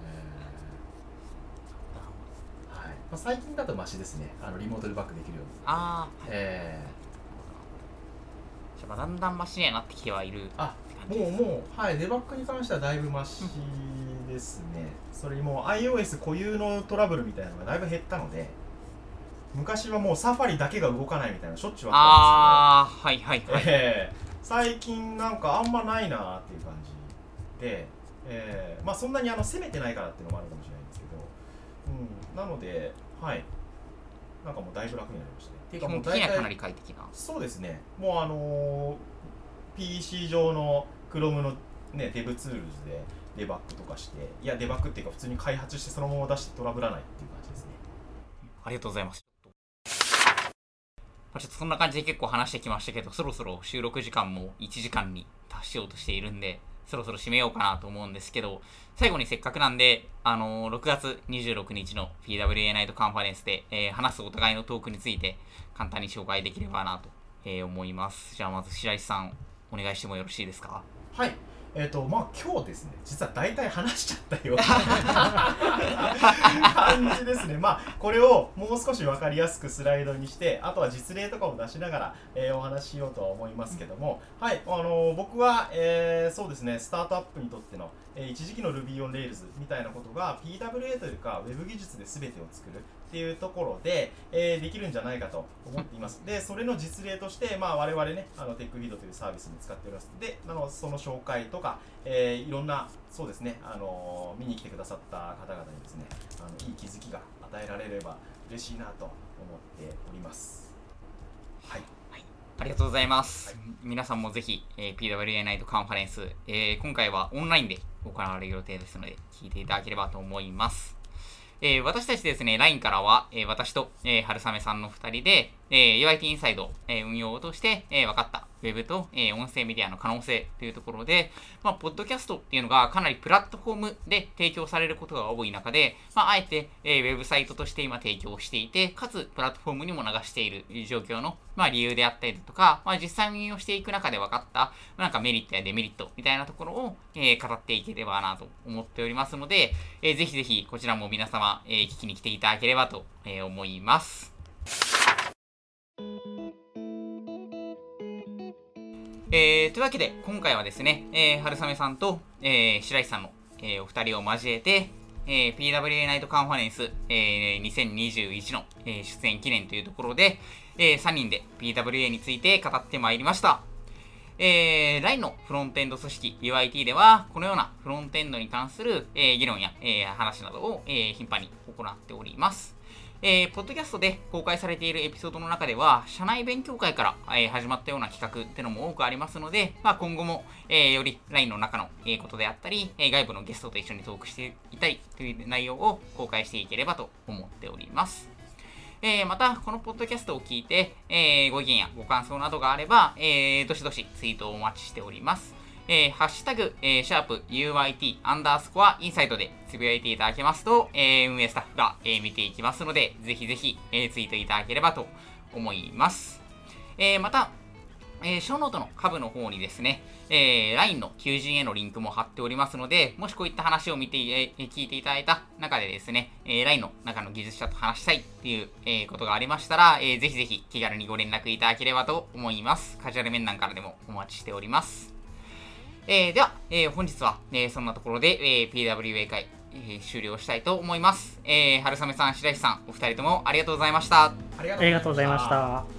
まあ、最近だとマシですね。リモートデバッグできるように。 だんだんマシにはなってきてはいるって感じです。 もうはい、デバッグに関してはだいぶマシですね。それにもう iOS 固有のトラブルみたいなのがだいぶ減ったので、昔はもうサファリだけが動かないみたいなしょっちゅうあったんですけど、最近なんかあんまないなっていう感じで、まあそんなに攻めてないからっていうのもあるかもしれないんですけど、なのではいなんかもうだいぶ楽になりましたね。 っていうかもう大体かなり快適な。 そうですね。もうPC 上の Chrome のねデブツールズでデバッグとかして、いやデバッグっていうか普通に開発してそのまま出してトラブらないっていう感じですね。 ありがとうございます。ちょっとそんな感じで結構話してきましたけど、そろそろ収録時間も1時間に達しようとしているんで、そろそろ締めようかなと思うんですけど、最後にせっかくなんで、6月26日の PWA ナイトカンファレンスで、話すお互いのトークについて簡単に紹介できればなと、思います。じゃあまず白石さんお願いしてもよろしいですか。 はい。まあ今日ですね、実は大体話しちゃったような感じですね。まあこれをもう少し分かりやすくスライドにして、あとは実例とかを出しながら、お話ししようとは思いますけども、はい、僕は、そうですね、スタートアップにとっての、一時期の Ruby on Rails みたいなことが PWA というか Web 技術で全てを作るっていうところで、できるんじゃないかと思っています。で、それの実例として、まあ、我々ね、テックフィードというサービスに使っております。で、その紹介とか、いろんな、そうですね、見に来てくださった方々にですね、いい気づきが与えられれば嬉しいなと思っております。はい。 ありがとうございます。皆さんもぜひ、PWA ナイトカンファレンス、今回はオンラインで行われる予定ですので、聞いていただければと思います。 私たちですね、LINE からは、私と、春雨さんの2人で、UIT インサイド、運用として、分かったウェブと、音声メディアの可能性というところで、ポッドキャストっていうのがかなりプラットフォームで提供されることが多い中で、あえて、ウェブサイトとして今提供していて、かつプラットフォームにも流している状況の、理由であったりだとか、実際に運用していく中で分かった、メリットやデメリットみたいなところを、語っていければなと思っておりますので、ぜひぜひこちらも皆様、聞きに来ていただければと、思います。というわけで今回はですね、春雨さんと、白石さんの、お二人を交えて、PWA ナイトカンファレンス、2021の、出演記念というところで、3人で PWA について語ってまいりました。LINE のフロントエンド組織 UIT ではこのようなフロントエンドに関する、議論や、話などを、頻繁に行っております。ポッドキャストで公開されているエピソードの中では社内勉強会から、始まったような企画っていうのも多くありますので、今後も、より LINE の中の、ことであったり、外部のゲストと一緒にトークしていたりという内容を公開していければと思っております。またこのポッドキャストを聞いて、ご意見やご感想などがあれば、どしどしツイートをお待ちしております。ハッシュタグ、#UIT_ インサイドでつぶやいていただけますと、運営スタッフが、見ていきますので、ぜひぜひ、ツイートいただければと思います。また、ショーノートの下部の方にですね、LINE の求人へのリンクも貼っておりますので、もしこういった話を聞いていただいた中でですね、LINE の中の技術者と話したいっていう、ことがありましたら、ぜひぜひ気軽にご連絡いただければと思います。カジュアル面談からでもお待ちしております。では、本日は、そんなところで、PWA 会、終了したいと思います。春雨さん、白石さん、お二人ともありがとうございました。 ありがとうございました。